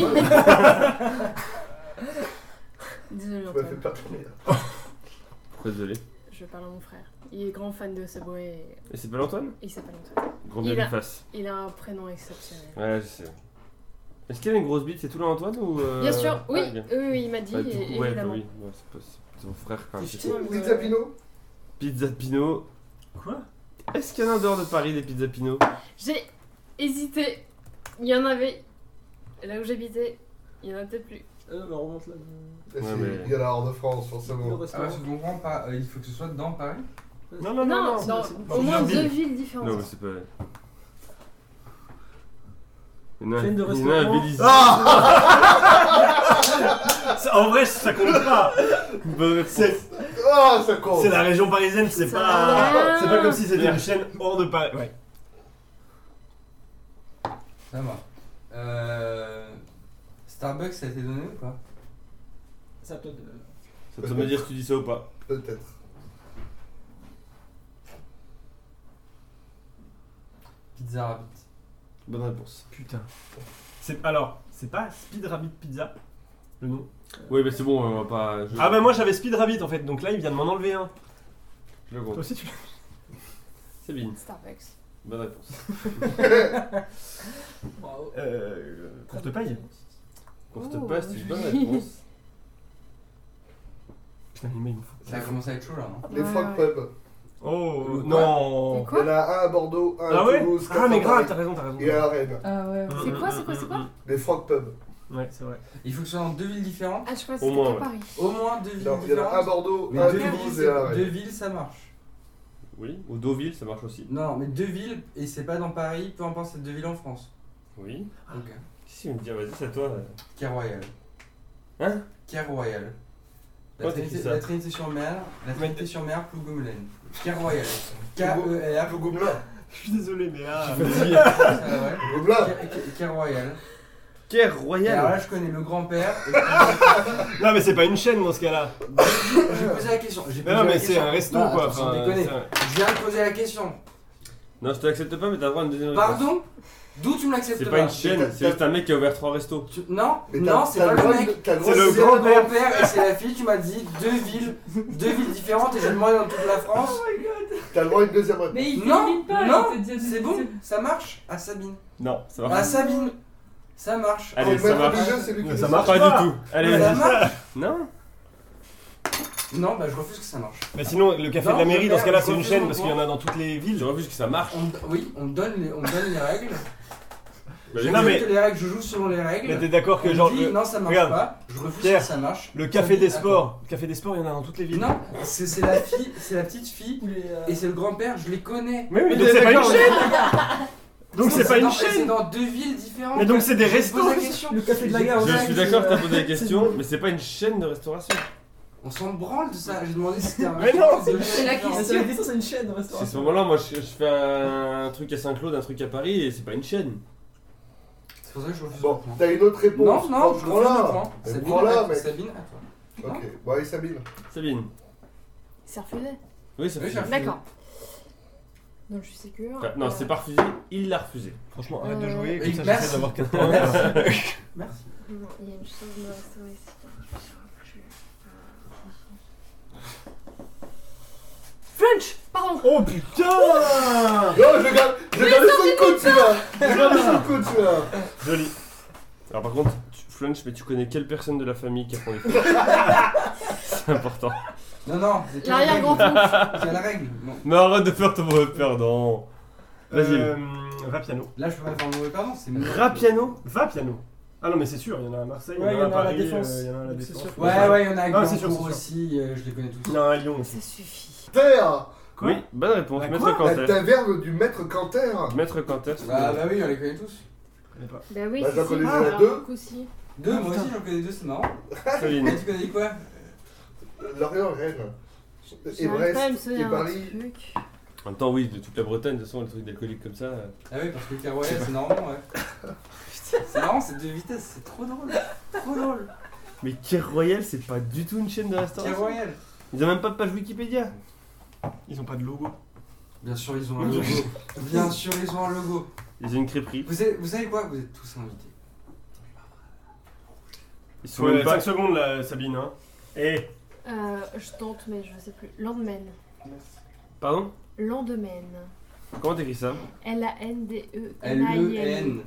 Désolé, Tu m'as Antoine. fait pas rire. Pourquoi désolé? Je parle à mon frère. Il est grand fan de Subway et Et c'est pas l'Antoine? il s'appelle Antoine. Grand Il bien a- face. Il a un prénom exceptionnel. Ouais, je sais. Est-ce qu'il a une grosse bite? C'est tout l'Antoine ou Bien sûr, oui, ah, bien. oui, il m'a dit, Bah, du coup, ouais, évidemment. oui. Ouais, c'est ton frère quand même. Putain, mais- Pizza Pino. Pizza Pino. Quoi? Est-ce qu'il y en a en dehors de Paris des Pizza Pino? J'ai hésité. Il y en avait. Là où j'habitais, il y en a peut-être plus. Bah, on remonte là. Et Ouais, si, mais- Il y en a hors de France, Le forcément. Ah ouais, restaurant. je comprends pas, il faut que ce soit dans Paris. Non, Non, dans c'est au moins plusieurs 2 villes. villes différentes. Non, mais c'est pas. Il y en a Chaîne de il y en a à restaurants. Vélizy. En vrai, ça compte pas. Bonne réponse. Ah, ça compte. C'est la région parisienne, c'est Ça pas. va. C'est pas comme si c'était une chaîne hors de Paris. Ouais. Ça va. Starbucks, ça a été donné ou pas? Ça peut être. Ça te me dire si tu dis ça ou pas. Peut-être. Pizza Rabbit. Bonne réponse. Putain. Alors, c'est pas Speed Rabbit Pizza le nom? Oui, mais c'est bon, on va pas. Ah bah moi j'avais Speed Rabbit en fait, donc là il vient de m'en enlever un. Je le Toi compte. aussi tu Sabine. Starbucks. Bonne réponse. Bravo. Courte paille. Pour te Oh, passe, c'est une bonne oui. réponse. Putain, les mecs, il me faut. Ça a commencé à être chaud là, non? Les Ouais, Frog ouais. Pub. Oh Quoi non. C'est Il y quoi? en a un à Bordeaux, un Ah à ouais? Toulouse, Ah quatre mais à grave, Paris t'as raison, t'as raison. et à Rennes. Ah ouais. C'est quoi, c'est quoi, c'est quoi? Les Frog Pub. Ouais, c'est vrai. Il faut que ce soit dans deux villes différentes. Ah, je crois que Au moins, c'était ouais. Paris. Au moins deux villes Non, il y en a un à différentes. Bordeaux, Mais un à deux Toulouse villes, et à deux Rennes. villes, ça marche. Oui. Ou Deauville, ça marche aussi. Non, mais deux villes, et c'est pas dans Paris, peu importe c'est deux villes en France. Oui. Ok. Qu'est-ce qu'il me dit? Vas-y, c'est à toi. Caire Royal. Hein? Caire Royal. Pourquoi t'écris ça? La Trinité-sur-Mer, Plougoumelen. Caire Royal. K-E-R. Le Gobelin. Je suis désolé, mais là. Le Gobelin. Caire Royal. Caire Et alors Royal. là, je connais le grand-père. Non, mais c'est pas une chaîne dans ce cas-là. J'ai posé la question. J'ai Mais posé non, la mais c'est question. un resto Non, quoi. attends, sans Enfin, déconner. c'est un- Je viens de poser la question. Non, je te l'accepte pas, mais t'as le droit à une deuxième réponse. Pardon? D'où tu me l'acceptes C'est pas? pas une chaîne, t'as- c'est juste un mec qui a ouvert 3 restos. Non, Mais non, t'as- c'est t'as pas le droit le de- mec. t'as le droit C'est de le dire- grand-père et c'est la fille, tu m'as dit deux villes différentes et j'ai demandé dans toute la France. T'as le droit à une deuxième réponse. Mais il Non, termine pas, non, il te dit- c'est bon, ça marche à Sabine. Non, ça À marche. Sabine, ça marche. Allez, Le ça maître marche. du jeu, c'est lui qui Ça décide. marche Pas pas. du tout. Allez, Ça vas-y. marche? Non? Non, bah je refuse que ça marche. Mais sinon, le café Non, de la mairie, dans ce cas-là, c'est une refuse chaîne mon parce qu'il y en a dans toutes les villes. Je refuse que ça marche. Oui, on me donne les règles. Bah, Non, Non mais- mais les règles, je joue selon les règles. Mais t'es d'accord que On genre. me dit, non, ça marche regarde, pas. Je refuse Pierre, que ça marche. Le café On des dit, sports. Le café des sports, il y en a dans toutes les villes. Non, c'est la fille, c'est la petite fille Ou les, et c'est le grand-père, je les connais. Mais oui, Mais donc c'est pas une d'accord, chaîne. Donc c'est pas une C'est chaîne. dans 2 villes différentes. Mais donc c'est des Je pose restos. la question. Le café de la gare, Je ouais, suis c'est- d'accord que t'as posé la question, mais c'est pas une chaîne de restauration. On s'en branle de ça. J'ai demandé si c'était un. Mais non, c'est la Mais question. c'est la question, c'est une chaîne de C'est à ce restauration. moment-là, moi je fais un truc à Saint-Claude, un truc à Paris, et c'est pas une chaîne. C'est pour ça que je refuse. Bon, le point. t'as une autre réponse. Non, non, je refuse le prends-la. point. Mais Sabine, prends-la, à- mec. Sabine, à toi. Ok, bon, allez, Sabine. Sabine. C'est refusé. Oui, ça Oui, fait. j'ai refusé. D'accord. Donc je suis sécure. Non, c'est pas refusé, il l'a refusé. Franchement, arrête de jouer, Et comme ça merci. j'essaie d'avoir 4 points. Merci. Non, il y a une chose de restaurer ici. French. Pardon. Oh putain. Non, je garde sous le coude, celui-là. Je garde sous le coude, celui-là. Joli. Alors par contre, Flunch, mais tu connais quelle personne de la famille qui a fondé c'est important. Non, c'est quelle L'arrière-grand-oncle. règle Quelle règle Non. Mais arrête de faire ton mauvais perdant. Vas-y. Va piano. Là, je peux pas faire le mauvais pardon, c'est mieux. Rapiano. Va piano. Ah non, mais c'est sûr, il y en a à Marseille, Ouais, il y en a à Paris, Défense. il y en a à la C'est Défense. sûr. Ouais, il y en a à Ah, c'est sûr, Glancourt c'est sûr. aussi, je les connais tous. Il y en a à Lyon Ça aussi. suffit. Terre. Quoi Oui, bonne réponse. La Maître quoi La Canter. taverne du maître Canter. Maître Canter. c'est Bah oui, on les connaît tous. Je connais pas. Bah oui, Bah, si, j'en si. connais Ah, déjà alors, deux. donc aussi. Deux, Ah, moi putain. aussi j'en connais deux, c'est marrant. Sabine. Et tu connais quoi Lorient, Rennes. Et J'arrive pas à me Brest. Et souvenir d'un Paris. truc. En même temps, oui, de toute la Bretagne, de toute façon, les trucs d'alcooliques comme ça. Ah oui, parce que le Royal c'est normand, ouais. C'est marrant, c'est deux vitesses, c'est trop drôle. Trop drôle. Mais Caire Royal, c'est pas du tout une chaîne de Pierre restauration. Royal. Ils ont même pas de page Wikipédia. Ils ont pas de logo. Bien sûr, ils ont un logo. Bien sûr, ils ont un logo. Ils ont une crêperie. Vous savez quoi Vous êtes tous invités. Ils sont Ouais, même 5 pas. secondes là, Sabine. Hein. Et Je tente, mais je sais plus. Lendemain. Pardon. Lendemain. Comment t'écris ça? L-A-N-D-E. L-E-N.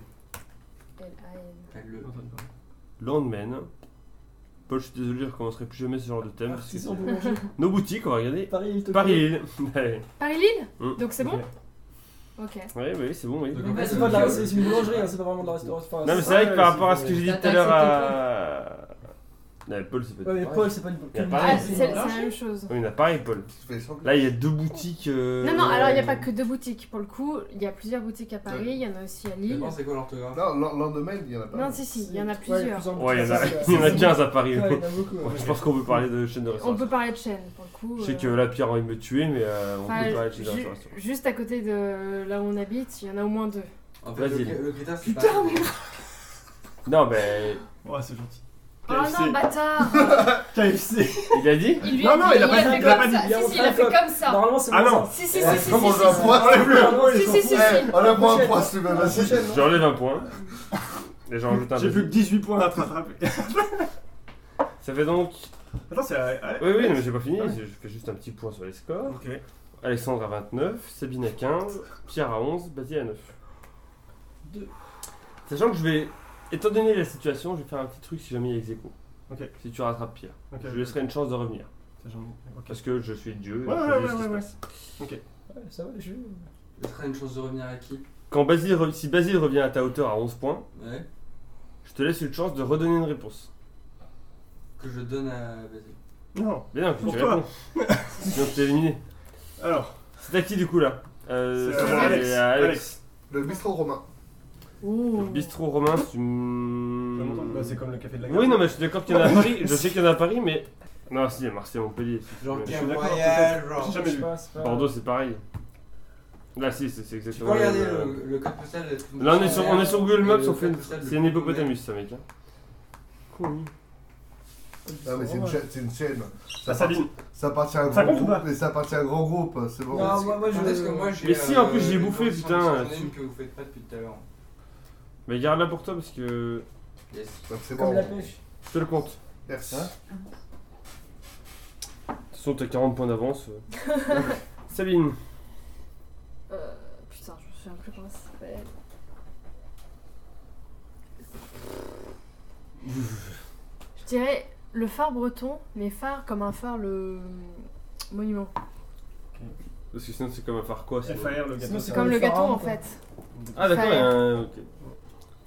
L-A-N. L-E. Landman. Paul, je suis désolé, je recommencerai plus jamais ce genre de thème. parce que Artisan c'est- boulanger. Nos boutiques, on va regarder. Paris, il te Paris-Lille. Ouais, Paris-Lille. Mm. Donc c'est bon. Ouais. Ok. oui, c'est bon, oui. Donc, Bah, en fait, c'est C'est pas de la- c'est une boulangerie, hein, c'est pas vraiment de la restauration. Enfin, Non, mais c'est- c'est vrai que par ouais, rapport à c'est- ce que j'ai dit T'as tout à l'heure accepté à. Ouais, Paul, c'est pas Ouais, mais pareil. Paul, c'est pas une Il y a Ah, pareil. c'est la même chose. Oui, il y en a pareil, Paul. Tu fais semblant. Là, il y a deux boutiques. Non, non, alors il n'y a pas que deux boutiques. Pour le coup, il y a plusieurs boutiques à Paris, il y en a aussi à Lille. D'abord, c'est quoi l'orthographe Non, lendemain, il y en a pas. Non, si, si, il y en a Ouais, plusieurs. Ouais, il y en a, boutiques, il y en a c'est- 15 à Paris. Ouais, il y en a beaucoup. Ouais, ouais. je pense qu'on peut parler de chaîne de On restauration. peut parler de chaîne, pour le coup. Je sais que là, Pierre a envie de me tuer, mais on Enfin, peut parler de chaîne de ju- restauration. juste à côté de là où on habite, il y en a au moins deux. En fait, Vas-y. le critère, c'est Putain, pas. Non, mais. Ouais, c'est gentil. Oh non, bâtard KFC. Il a dit Il lui Non, non, il a pas dit, fait il a comme pas ça. dit. Il a Si, si, il a montré fait la comme ça. Normalement, c'est Ah bon, non. ça. Si, si, Eh, si, si, comment si, je vais si. avoir- Si, si, si, si. Eh, on a moins un Prochaine, point, hein. celui-là, La vas-y. prochaine, hein. J'enlève un point. Et j'en rajoute un J'ai plus que deuxième. 18 points à te rattraper. Ça fait donc. Attends, c'est. Oui, oui, non, mais j'ai pas fini. Ouais. Je fais juste un petit point sur les scores. Ok. Alexandre à 29, Sabine à 15, Pierre à 11, Basile à 9. Deux. Sachant que je vais. Étant donné la situation, je vais faire un petit truc si jamais il y a ex-aequo. Ok. Si tu rattrapes Pierre. Ok. Je lui laisserai une chance de revenir. Ça, j'en ai- ok. Parce que je suis Dieu. et Ouais, je ouais, sais ouais, ce qui se ouais, passe. Ouais, ça va, les jeux. Ce serait une chance de revenir à qui Quand si Basile revient à ta hauteur à 11 points, Ouais. je te laisse une chance de redonner une réponse. Que je donne à Basile. Non. Mais non, que Pour tu toi. réponds. Sinon tu t'es éliminé. Alors, C'est à qui du coup là C'est c'est Alex. à Alex. Le bistrot romain. Ouh. Le bistrot romain, c'est Bah, c'est comme le café de la gare. Oui, non, mais je suis d'accord qu'il y en a à Paris. Je sais qu'il y en a à Paris, mais. Non, si, il y a Marseille, Montpellier. Genre Mais- suis Pierre d'accord, Royal, J'ai genre. jamais Je sais vu. pas, c'est pas- Bordeaux, c'est pareil. Là, si, c'est Tu peux exactement. regarder le- le code postal. Là, on est sur Google Maps, Et on le fait code postal de c'est une Montpellier. hippopotamus, ça, mec. Hein. Cool. Non, mais c'est une chaîne. C'est une chaîne. Ah, Sabine. Ça appartient à un Ça grand compte ou groupe pas et ça appartient à un grand groupe. C'est bon. Non, moi, Quand est-ce que moi j'ai. Mais si, en plus, j'ai une bouffé, condition putain, de tu- une que vous faites pas depuis tout à l'heure. Mais garde-la pour toi parce que. Yes. Donc c'est Comme bon. la pêche. Je te le compte. Merci. De toute façon, t'as 40 points d'avance. Sabine. Putain, je me souviens plus comment ça s'appelle. Je dirais le phare breton, mais phare comme un phare, le monument. Parce que sinon, c'est comme un phare quoi sinon. FAR, le gâteau. Sinon, C'est comme le gâteau pharaon, en quoi. fait. Ah, d'accord, il y a un. Ok.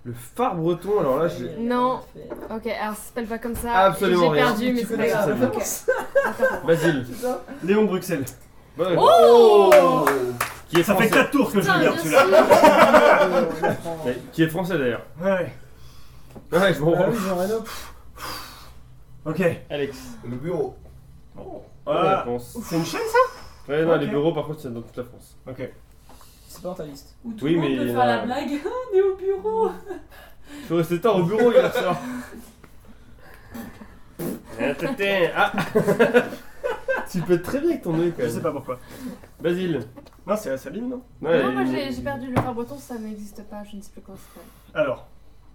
Le phare breton, alors là, j'ai. Non. Ok, alors ça s'appelle pas comme ça. Absolument J'ai rien. perdu, mais c'est pas grave. ça. Ok. Attends. Basile. Léon Bruxelles. Ouais. Oh Qui est Ça fait français. 4 tours que je Putain, le garde bien celui-là. sûr. Ouais, Qui est français d'ailleurs. Ouais. Ouais, je m'en Ah branle. oui, Jean Reno. Ok. Alex. Le bureau. Bonne Voilà. réponse. C'est une chaîne ça? Ouais, non, Ok. les bureaux par contre, c'est dans toute la France. Ok. C'est pas dans ta liste. Où tout Oui, le monde mais peut il faire a- la blague. Ah, on est au bureau. Je suis resté tard au bureau hier soir. Ah Tu peux très bien avec ton œil quand Je même. sais pas pourquoi. Basile. Non, c'est Sabine, non? Ouais, Non, moi il- j'ai perdu le phare breton, ça n'existe pas, je ne sais plus comment ça s'appelle. Alors.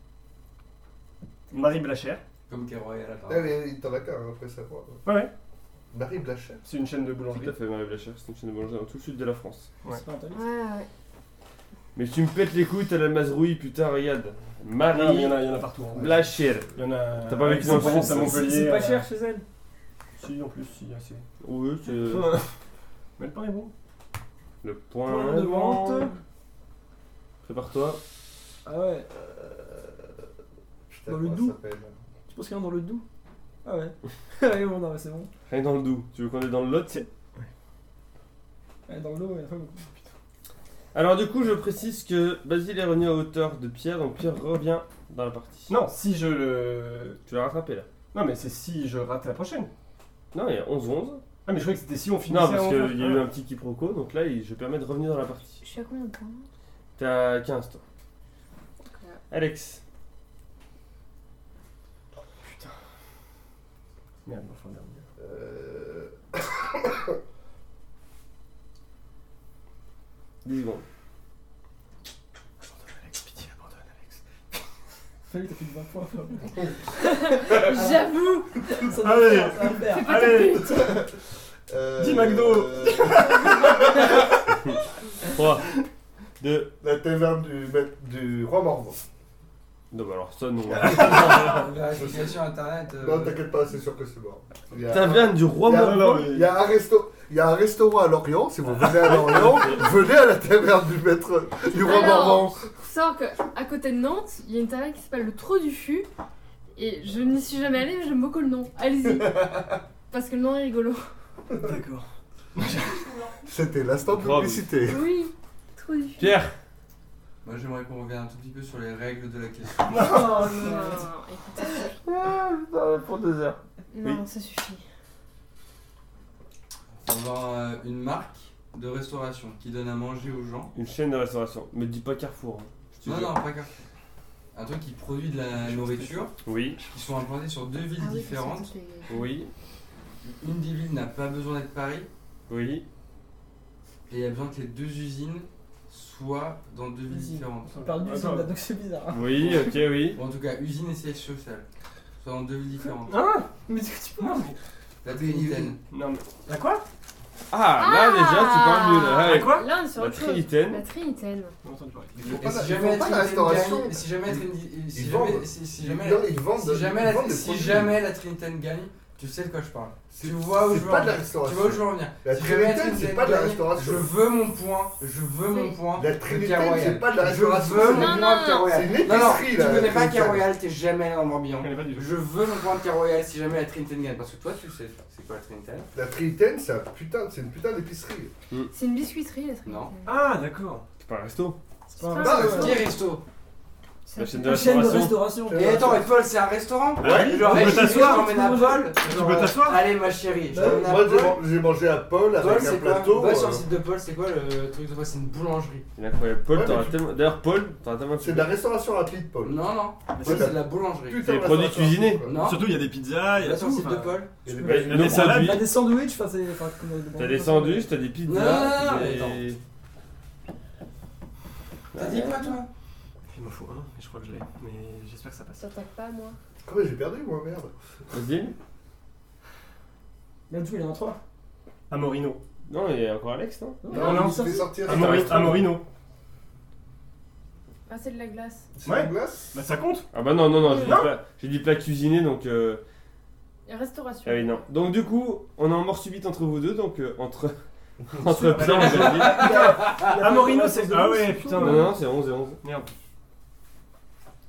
Marie Blachère. Comme Keroy à la fin. Ah, mais il t'en a qu'un après ça. Ouais, ouais. Marie Blachère. C'est une chaîne de boulangerie. Tout à fait, Marie Blachère, c'est une chaîne de boulangerie dans tout le sud de la France. Ouais. C'est pas dans ta liste. Ouais. Mais tu me pètes les couilles, t'as la mazrouille, putain, regarde. Marie Non, mais il y en a partout. En vrai. Blachère. Il y en a. T'as pas vécu dans le France à sud, Montpellier. C'est pas cher chez elle. Si, en plus, si, assez. Oui, c'est. Mais le pain est bon. Le point Point de vente. Prépare-toi. Ah ouais. Putain, Dans le comment Doubs. ça s'appelle Tu penses qu'il y en a dans le Doubs? Ah ouais. Ouais, bon, non, mais c'est bon. Rien dans le Doubs. Tu veux qu'on est dans le Lot? Ouais, dans l'eau, il y en a pas beaucoup. Alors du coup, je précise que Basile est revenu à hauteur de Pierre, donc Pierre revient dans la partie. Non, si je le. Tu l'as rattrapé là. Non, mais c'est si je rate la prochaine. Non, il y a 11-11. Ah, mais je croyais que c'était si on finissait Non, parce à qu'il 11. y a eu un petit quiproquo, donc là, je permets de revenir dans la partie. Je suis à combien de points? T'es à 15 toi. Alex. Merde, enfin, dernier. 10 secondes. Abandonne, Alex, pitié, abandonne, Alex. Fallait que t'as plus de 20 points. J'avoue. Ça va Allez. faire, ça va le faire. Fais pas Allez. ta pute. 10 McDo. 3, 2. La taverne du roi Morvan. Non, bah alors ça, non. Vérification internet. Non, t'inquiète pas, c'est sûr que c'est mort. Il y a- Taverne du roi il y a- Morvan. Il y a un restaurant à Lorient, si vous venez à Lorient, venez à la taverne du maître du roi Alors, Morvan. faut savoir qu'à côté de Nantes, il y a une taverne qui s'appelle le Trou du Fût. Et je n'y suis jamais allée, mais j'aime beaucoup le nom. Allez-y. Parce que le nom est rigolo. D'accord. C'était l'instant de Bravo. publicité. Oui, Trou du Fût. Pierre. Moi j'aimerais qu'on revienne un tout petit peu sur les règles de la question. Non, écoute, Pour 2 heures. non, ça suffit. On va avoir une marque de restauration qui donne à manger aux gens. Une chaîne de restauration. Mais dis pas Carrefour. Hein. Je te Non, jure. non, pas Carrefour. Un truc qui produit de la nourriture, Oui, qui sont implantés sur 2 villes Ah oui, différentes. parce que c'était- oui, Une des villes n'a pas besoin d'être Paris, oui. et il y a besoin que les 2 usines soient dans 2 villes Usine. différentes. On parle d'usine Attends. là, donc c'est bizarre. hein. Oui, ok, oui. Ou en tout cas, usine et siège social. Soit dans 2 villes différentes. Ah Mais est-ce que tu parles? La Trinitaine. Non, mais. La quoi? Ah, là déjà, tu parles mieux. Là. La Ouais. quoi? Là, on est sur La autre chose. Trinitaine. La Trinitaine. J'ai entendu parler. Ils font Et pas si la- jamais ils font pas la la restauration. Trinitaine gagne, si jamais la Trinitaine, si Ils jamais, vendent. si Ils jamais, vendent- ils vendent si des jamais la produits. Trinitaine gagne, tu sais de quoi je parle. C'est- Tu vois où c'est je veux pas en de la venir. Tu restauration. vois où je veux en venir. La Si jamais Trinitaine, c'est pas de la gagne, restauration. Je veux mon point. Je veux mon point. La de Trinitaine, Caroyal. c'est pas de la Je restauration. veux mon Non, point non, de Caroyal. C'est une Non, non, épicerie, tu là, la connais pas Trinitaine. Caroyal, t'es jamais allé dans le Morbihan. Je connais pas du tout. Je veux mon point de Caroyal si jamais la Trinitaine gagne. Parce que toi, tu sais, c'est quoi la Trinitaine? La Trinitaine, c'est une putain d'épicerie. C'est une biscuiterie, la Trinitaine. Non. Ah, d'accord. C'est pas un resto. C'est pas un Bah, resto, Qui ouais. est resto? La chaîne de Une chaîne de restauration. restauration. Et attends, et Paul, c'est un restaurant? Ouais, Genre, tu peux je t'asseoir. t'emmène à Paul. Tu genre, peux t'asseoir. Allez, ma chérie, je Moi, t'emmène à Paul. j'ai mangé à Paul Paul, avec un c'est quoi? plateau. Va sur le site de Paul, c'est quoi le truc de Paul? C'est une boulangerie. Il est incroyable. Paul, Ouais, t'auras mais tu- tellement. D'ailleurs, Paul, t'auras tellement. C'est de la restauration rapide, Paul. Non, non. Ouais, Paul, la- c'est de la boulangerie. Putain C'est de des produits restauration cuisinés. rapide, quoi. Non. Surtout, il y a des pizzas, il y a Va sur tout. le site de enfin. Paul. Et les Ouais, mecs, il y a ils des ont- salades. Il y a des sandwichs, enfin c'est. enfin, T'as des sandwichs, t'as des pizzas. Non, mais des- T'as dit quoi, toi? Il m'en faut un, mais je crois que je l'ai. Mais j'espère que ça passe. Ça tape pas, moi. Ah ouais, j'ai perdu, moi, merde. Vas-y. Là, du coup, il y en a 3. Amorino. Non, il y a encore Alex, non? Non, il se fait sortir. Amorino. Ah, c'est de la glace. C'est Ouais. la glace. Bah ça compte. Ah bah non, non, non, Non. j'ai dit plat cuisiné, donc... Et restauration. Ah oui, non. Donc du coup, on est en mort subite entre vous deux, donc entre... entre Pierre et Basile. Amorino, c'est. Ah ouais, putain. Non, non, c'est 11 et 11. Merde.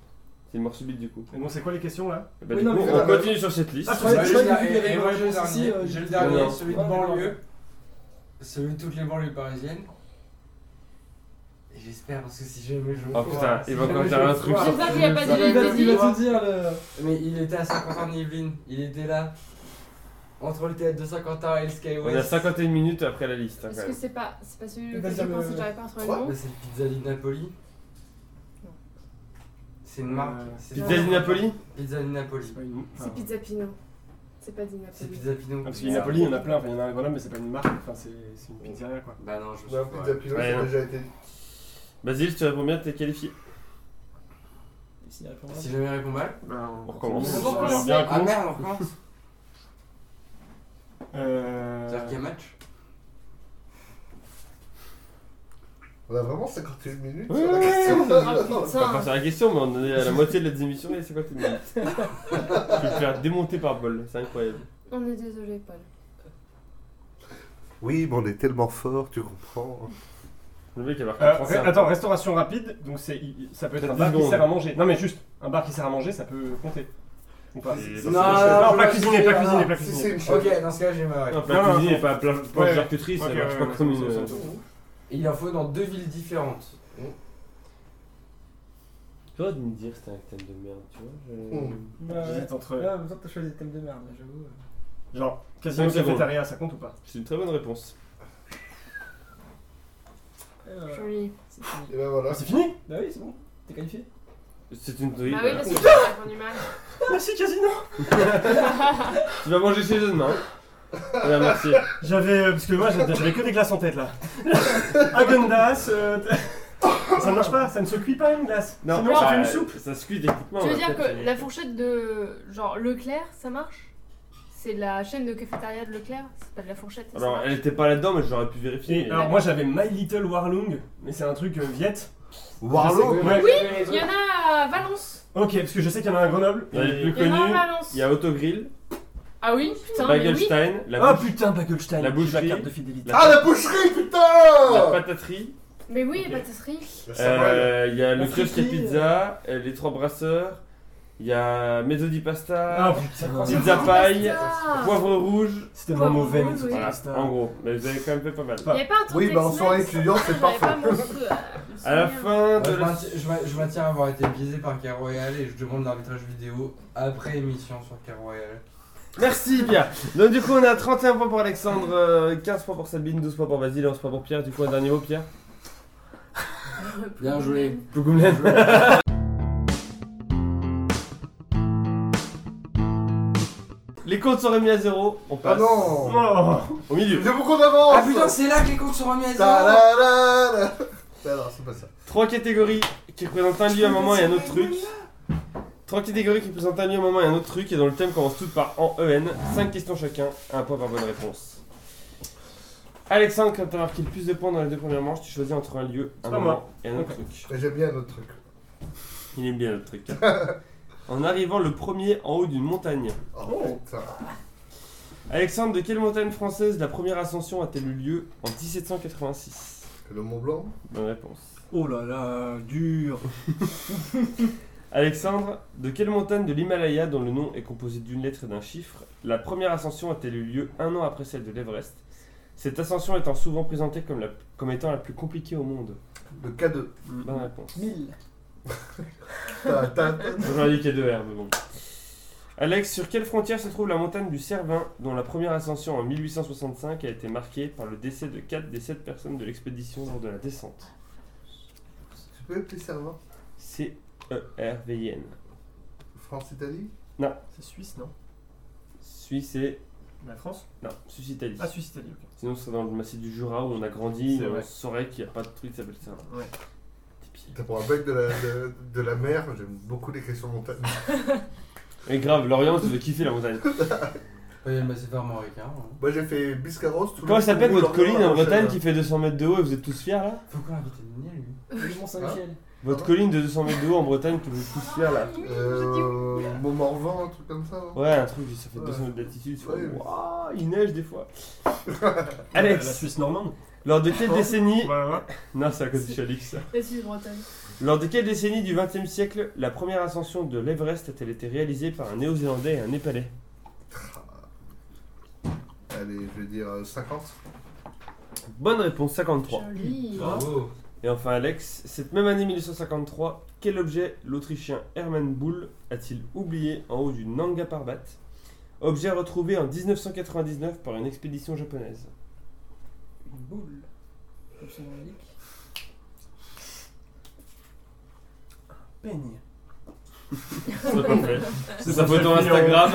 C'est une mort subite du coup. Et bon, c'est quoi les questions là? Bah, Oui, du non, coup, mais on voilà. continue sur cette liste. Ah, Moi, je crois qu'il y avait et des moi, j'ai le réponses aussi, dernier, j'ai le dernier, non. celui de Ouais, banlieue. Celui de toutes les banlieues parisiennes. Et j'espère, parce que si jamais je Oh, foire, putain, si il va jamais encore je dire un foire, truc. J'espère qu'il y a pas si de- jamais des- je Il va foire. tout dire le. Mais il était à Saint-Quentin-de-Yvelines. Il était là. Entre le théâtre de Saint-Quentin et le Skyway. On a 51 minutes après la liste. Hein, quand Est-ce que même. c'est pas celui que Vas-y, j'ai le- pensé, j'arrive pas à retrouver Quoi le nom. Bah, c'est le Pizza di Napoli. Non. C'est une marque. c'est- Pizza di Napoli. Pizza di Napoli. C'est pas une. C'est Pizza Pino. C'est pas Di C'est Napoli. Pizza Pino. Ah, parce qu'il y a Napoli, il y en a plein. Enfin, il y en a un Grenoble, mais c'est pas une marque. Enfin, c'est une pizzeria quoi. Bah non, je me suis Non, pas. Pizza Pino, Ouais, ça non. a déjà été dit. Basile, si tu réponds bien, t'es qualifié. S'il répond mal. Si jamais il répond mal. On recommence. On recommence. Alors, bien Ah con. merde, on recommence. C'est-à-dire qu'il y a match. On a vraiment 51 minutes Ouais, sur la ouais, question. Ah, On va pas putain. faire la question, mais on est à la moitié de la émission et c'est quoi tes minutes? Je vais me faire démonter par Paul, c'est incroyable. On est désolé, Paul. Oui, mais on est tellement fort, tu comprends. Le mec a marqué 35. Attends, restauration rapide, donc ça peut être un Peut-être bar 10 qui secondes. sert à manger. Non mais juste, un bar qui sert à manger, ça peut compter. Ou pas? C'est- Non, Non, non, pas je- cuisiner, pas non, cuisiner, non, pas Si cuisiner. c'est une chose. Ok, dans ce cas, j'ai ma Non, réponse. Non, pas non, cuisiner, non. pas plein Ouais. de charcuterie, ça Ok, marche pas ouais, comme c'est une. bon. Il en faut dans 2 villes différentes. Tu aurais dû me dire c'était un thème de merde, tu vois. Bah, J'hésite entre. Ouais, en même temps, t'as choisi le thème de merde, là, j'avoue. Genre, casino 5 secondes. cafétéria, ça compte ou pas? C'est une très bonne réponse. Et voilà. Joli. C'est fini. Et ben voilà. Ah, c'est fini? Bah oui, c'est bon. T'es qualifié. C'est une. Bah oui, voilà. parce que j'ai répondu mal. Merci Casino. Tu vas manger chez eux demain. Voilà, merci. J'avais. Parce que moi j'avais que des glaces en tête là. Agendas. Ça ne marche pas, ça ne se cuit pas une glace. Sinon ça bah, fait une soupe. Ça se cuit techniquement. Tu veux on va dire peut-être- que la fourchette de genre Leclerc, ça marche? C'est la chaîne de cafétéria de Leclerc? C'est pas de la fourchette? ça Alors, marche elle était pas là-dedans, mais j'aurais pu vérifier. Et mais- alors moi j'avais My Little Warlung, mais c'est un truc Viet. Warlow. Ouais. Il y en a à Valence. Ok, parce que je sais qu'il y en a un à Grenoble. Il y a les plus Il y en a à connus. Valence. Il y a Autogrill, Ah oui, putain, mais oui. Bagelstein, Ah la bouche- putain, Bagelstein. La boucherie. carte de fidélité. Ah, la boucherie, la putain. pataterie. Mais oui, pâtisserie. Il y a le La kiosque à friterie, pizza, les trois brasseurs. Il y a Mezzo di Pasta, Ah putain. Pizza Paille, Pasta. Poivre Rouge. C'était tellement Poivre mauvais, rouge, mais oui. Voilà, pasta. en gros. Mais vous avez quand même fait pas mal. Il y avait pas un truc Oui, bah en soirée Tex-Mex étudiante, c'est J'avais pas parfait. À la fin de je, la... je maintiens avoir été biaisé par Car Royal et je demande l'arbitrage vidéo après émission sur Car Royal. Merci Pierre. Donc du coup on a 31 points pour Alexandre, 15 points pour Sabine, 12 points pour Basile et 11 points pour Pierre. Du coup un dernier mot Pierre. Bien joué. Pougoumlen. Les comptes sont remis à zéro, on Ah passe non. Oh. au milieu. J'ai beaucoup d'avance. Ah putain, c'est là que les comptes sont remis à zéro. Ta-da-da-da. Mais non, c'est pas ça. 3 catégories qui représentent un lieu, un moment et un autre truc. 3 catégories qui représentent un lieu, un moment et un autre truc et dont le thème commence toutes par en EN. 5 questions chacun, 1 point par bonne réponse. Alexandre, quand t'as marqué le plus de points dans les deux premières manches, tu choisis entre un lieu, un pas moment moi. et un autre Ok. truc. Mais j'aime bien un autre truc. Il aime bien notre truc. En arrivant le premier en haut d'une montagne. Oh, putain. Alexandre, de quelle montagne française la première ascension a-t-elle eu lieu en 1786? Le Mont Blanc. Bonne réponse. Oh là là, dur. Alexandre, de quelle montagne de l'Himalaya, dont le nom est composé d'une lettre et d'un chiffre, la première ascension a-t-elle eu lieu un an après celle de l'Everest? Cette ascension étant souvent présentée comme étant la plus compliquée au monde. Le K2. Bonne réponse. 1000. J'aurais dit qu'il y a deux R, mais bon. Alex, sur quelle frontière se trouve la montagne du Cervin, dont la première ascension en 1865 a été marquée par le décès de 4 des 7 personnes de l'expédition lors de la descente? Tu peux appeler Servant. C-E-R-V-I-N. France-Italie. C'est Suisse, non? Suisse et... La France? Non, Suisse-Italie. Ah, Suisse, Italie, ok. Sinon, c'est dans le massif du Jura où on a grandi, C'est on vrai. saurait qu'il n'y a pas de truc qui s'appelle ça. Ouais. T'as pour un mec de la mer, j'aime beaucoup les questions montagne. Et grave, Lorient, tu veux kiffer la montagne. Il y a le massif armoricain. Hein. Moi j'ai fait Biscarrosse. Comment elle s'appelle votre colline en Bretagne qui qui fait 200 mètres de haut et vous êtes tous fiers là? Faut qu'on invite Niel, lui. Le Mont Saint-Michel. Votre colline de 200 mètres de haut en Bretagne que vous êtes tous fiers là? Montmorvan, un truc comme ça. non Ouais, un truc, ça fait Ouais. 200 mètres d'altitude. Ouais. Waouh, il neige des fois. La Alex, Suisse normande. Lors de quelle décennie... Voilà. Non, c'est à cause du Chalix. La Suisse-Bretagne. Lors de quelle décennie du XXe siècle la première ascension de l'Everest a-t-elle été réalisée par un Néo-Zélandais et un Népalais? Allez, je vais dire 50. Bonne réponse, 53. Joli. Bravo. Et enfin Alex, cette même année 1953, quel objet l'Autrichien Hermann Bull a-t-il oublié en haut du Nanga Parbat? Objet retrouvé en 1999 par une expédition japonaise. Une boule. Comme son nom l'indique. Peigne. C'est pas fait. C'est sa photo Instagram.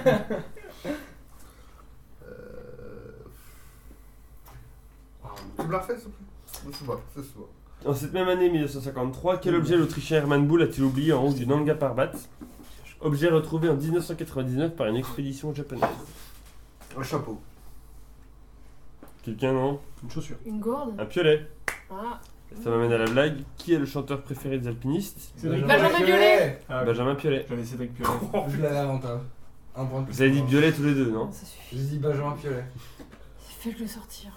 Tu me la refais, s'il te plaît? C'est bon, c'est bon. En cette même année 1953, quel objet l'Autrichien Hermann Bull a-t-il oublié en haut du Nanga Parbat? Objet retrouvé en 1999 par une expédition japonaise. Un chapeau. Quelqu'un, non? Une chaussure. Une gourde. Un piolet. Ah. Ça m'amène à la blague. Qui est le chanteur préféré des alpinistes? Benjamin Biolay. Ah, Benjamin Piolet. J'avais Cédric Piolet. Je l'avais avant toi. Un point de plus. Vous avez dit Biolay tous les deux, non? Ça suffit. J'ai dit Benjamin Piolet. Fais-le sortir.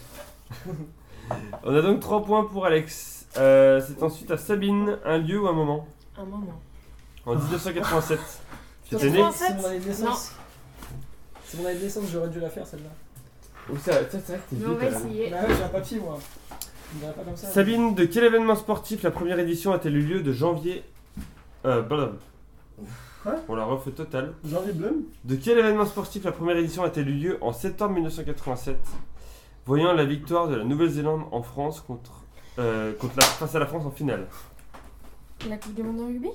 On a donc 3 points pour Alex. C'est ensuite à Sabine, un lieu ou un moment? Un moment. En 1987. C'était né? 87? C'est mon année de naissance. C'est mon année de naissance, j'aurais dû la faire celle-là. Où ça? C'est vrai que t'es Mais on vieux, va quand même. essayer. Bah ouais, j'ai un papier moi. Je me dirais pas comme ça. Sabine, de quel événement sportif la première édition a-t-elle eu lieu de janvier... Pardon. Quoi? On la refait totale. Janvier Blum. De quel événement sportif la première édition a-t-elle eu lieu en septembre 1987, voyant la victoire de la Nouvelle-Zélande en France face à la France en finale? La Coupe du Monde de rugby?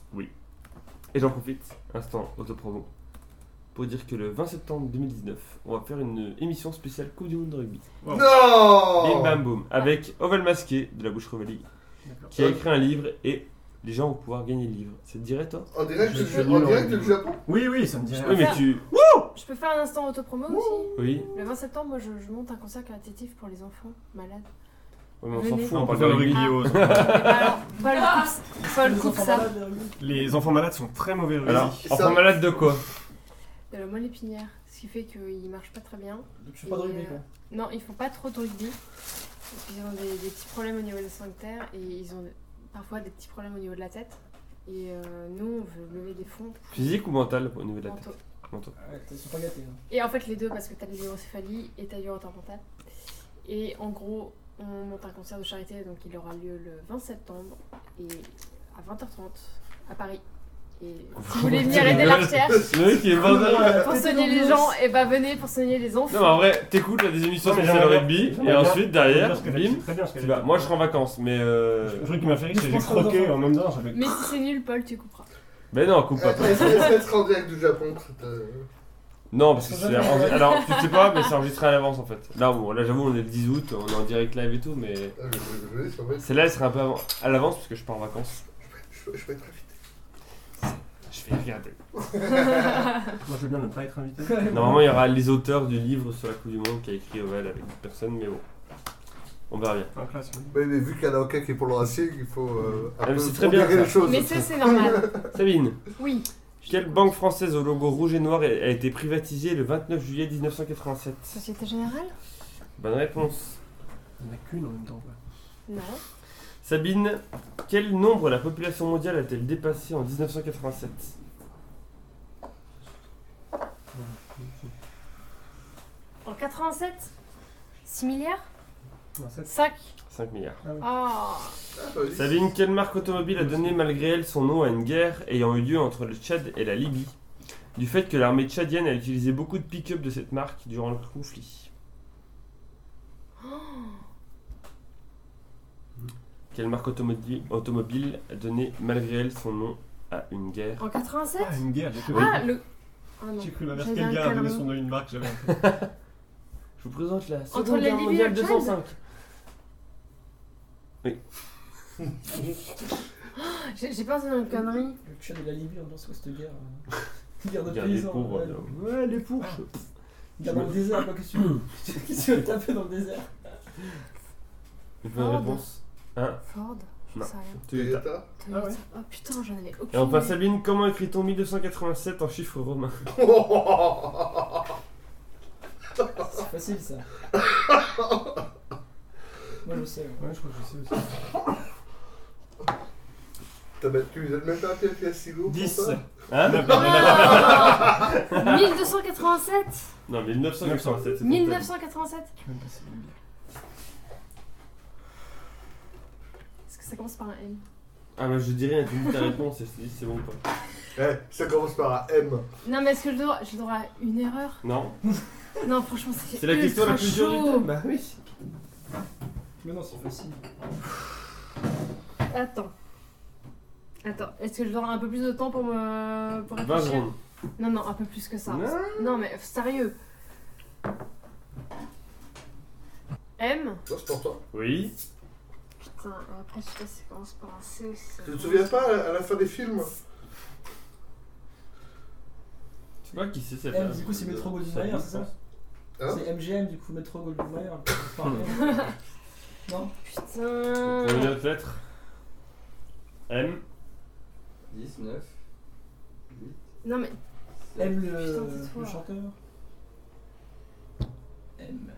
Et j'en profite, instant autopromo, pour dire que le 20 septembre 2019, on va faire une émission spéciale Coupe du Monde de rugby. Wow. Non Bim bam boum, avec Oval Masqué de la Boucherie League, D'accord. qui a écrit un livre et les gens vont pouvoir gagner le livre. Ça te dirait toi? En direct, Je suis en nul en direct rugby. du Japon? Oui, oui, ça me dit Oui rien. mais tu... Je peux faire un instant autopromo aussi? Oui, Le 20 septembre, moi je monte un concert caritatif pour les enfants malades. oui mais on s'en Venez. fout, On on peut parle faire de le rugby. rugby aux Eh ben alors, Paul coupe enfants ça. malades, les rugby. Les enfants malades sont très mauvais au rugby. Alors, Ça- enfant malade de quoi? De la moelle épinière, ce qui fait qu'ils marchent pas très bien. Donc je fais pas de rugby quoi. Non, ils font pas trop de rugby. Parce qu'ils ont des petits problèmes au niveau des sphincters et ils ont parfois des petits problèmes au niveau de la tête. Et nous, on veut lever des fonds. pour- Physique ou mental au niveau de la Mentaux. tête? Mental. Ouais, ils sont pas gâtés. Hein. Et en fait, les deux, parce que t'as les hydrocéphalies et t'as du retard mental. Et en gros, on monte un concert de charité, donc il aura lieu le 20 septembre et à 20h30 à Paris. Et si vous voulez venir aider la recherche Le mec il est vendeur. pour soigner les gens, et bah venez pour soigner les enfants. Non mais en vrai, t'écoutes là des émissions Non, mais spéciales j'aimerais rugby bien- et j'aimerais ensuite bien- derrière, Très bim, bien ce tu qu'elle vas. a dit. Moi je serai en vacances mais Le truc qui m'a fait rire, c'est que j'ai Je pense qu'on croqué va en même temps avec. Mais si c'est nul, Paul, tu couperas. Mais non, coupe pas. Est-ce qu'elle sera en direct du Japon? Non, parce que c'est. Alors, tu sais pas, mais c'est enregistré à l'avance en fait. Là, bon, là j'avoue, on est le 10 août, on est en direct live et tout, mais. Celle-là, elle sera un peu à l'avance parce que je pars en vacances. Je vais être invité. Je vais regarder. Moi je veux bien ne pas être invité. Normalement, il y aura les auteurs du livre sur la Coupe du Monde qui a écrit Oval avec d'autres personnes, mais bon. On verra bien. En classe, oui. Mais vu qu'il y en a aucun qui est pour le Racing, il faut un peu c'est très bien, pondérer ça. les choses. Mais ça, c'est normal. Sabine, Oui. quelle banque française au logo rouge et noir a été privatisée le 29 juillet 1987? Société Générale? Bonne réponse. Il n'y en a qu'une en même temps. Quoi. Non. Sabine, quel nombre la population mondiale a-t-elle dépassé en 1987? En 87? 6 milliards? Non, 7. 5? 5 milliards. Ah. Sabine, quelle marque automobile a donné malgré elle son nom à une guerre ayant eu lieu entre le Tchad et la Libye, du fait que l'armée tchadienne a utilisé beaucoup de pick-up de cette marque durant le conflit? Quelle marque automobile a donné malgré elle son nom à une guerre? En 87? Ah, une guerre, j'ai cru. Ah, le. Ah non. J'ai cru l'inverse. J'avais Quel un gars a donné calme. son nom à une marque, j'avais. Je vous présente la Entre Seconde la Guerre Libye et mondiale le Tchad 205. J'ai pas entendu une connerie. Le Tchad et la Libye, on danse quoi cette guerre Guerre de Guerre des paysans. pauvres. Ouais, les pauvres. Guerre dans le désert, quoi, qu'est-ce que tu veux Qu'est-ce que tu veux taper dans le désert Une bonne Ford. réponse. Hein? Ford? Je Non. sais rien. Toyota. Toyota. Toyota. Ah ouais. Oh putain, j'en avais aucune Et enfin idée. Sabine, comment écrit-on 1287 en chiffres romains? C'est facile ça. Moi je sais. Ouais, je crois que je sais aussi. Tu lui as même pas appelé avec la stylo pour 10. ça Hein 1287. Non, 1987, c'est 1987. Tu peux me passer une bière. Est-ce que ça commence par un M? Ah, mais je dis rien, tu me dis ta réponse et je te dis c'est bon ou pas. Ça commence par un M. Non, mais est-ce que je dois une erreur? Non. Non, franchement, c'est C'est la question la plus dure du chaud. thème. Bah oui. Mais non, c'est facile. Attends, est-ce que je dois avoir un peu plus de temps pour 20 réfléchir? secondes. Non, un peu plus que ça. Non. Non, mais sérieux. M? Non, c'est pour toi. Oui. Putain, après, je sais pas si ça commence par un C aussi. Tu te souviens pas à la fin des films Je sais pas qui c'est cette. M, du coup, c'est Metro Goldwyn Mayer, c'est ça? Hein C'est MGM, du coup, Metro Goldwyn Mayer. Non? Pour Putain. une autre lettre. M. 10, 9, 8, Non, mais M Putain, c'est le toi. chanteur. M.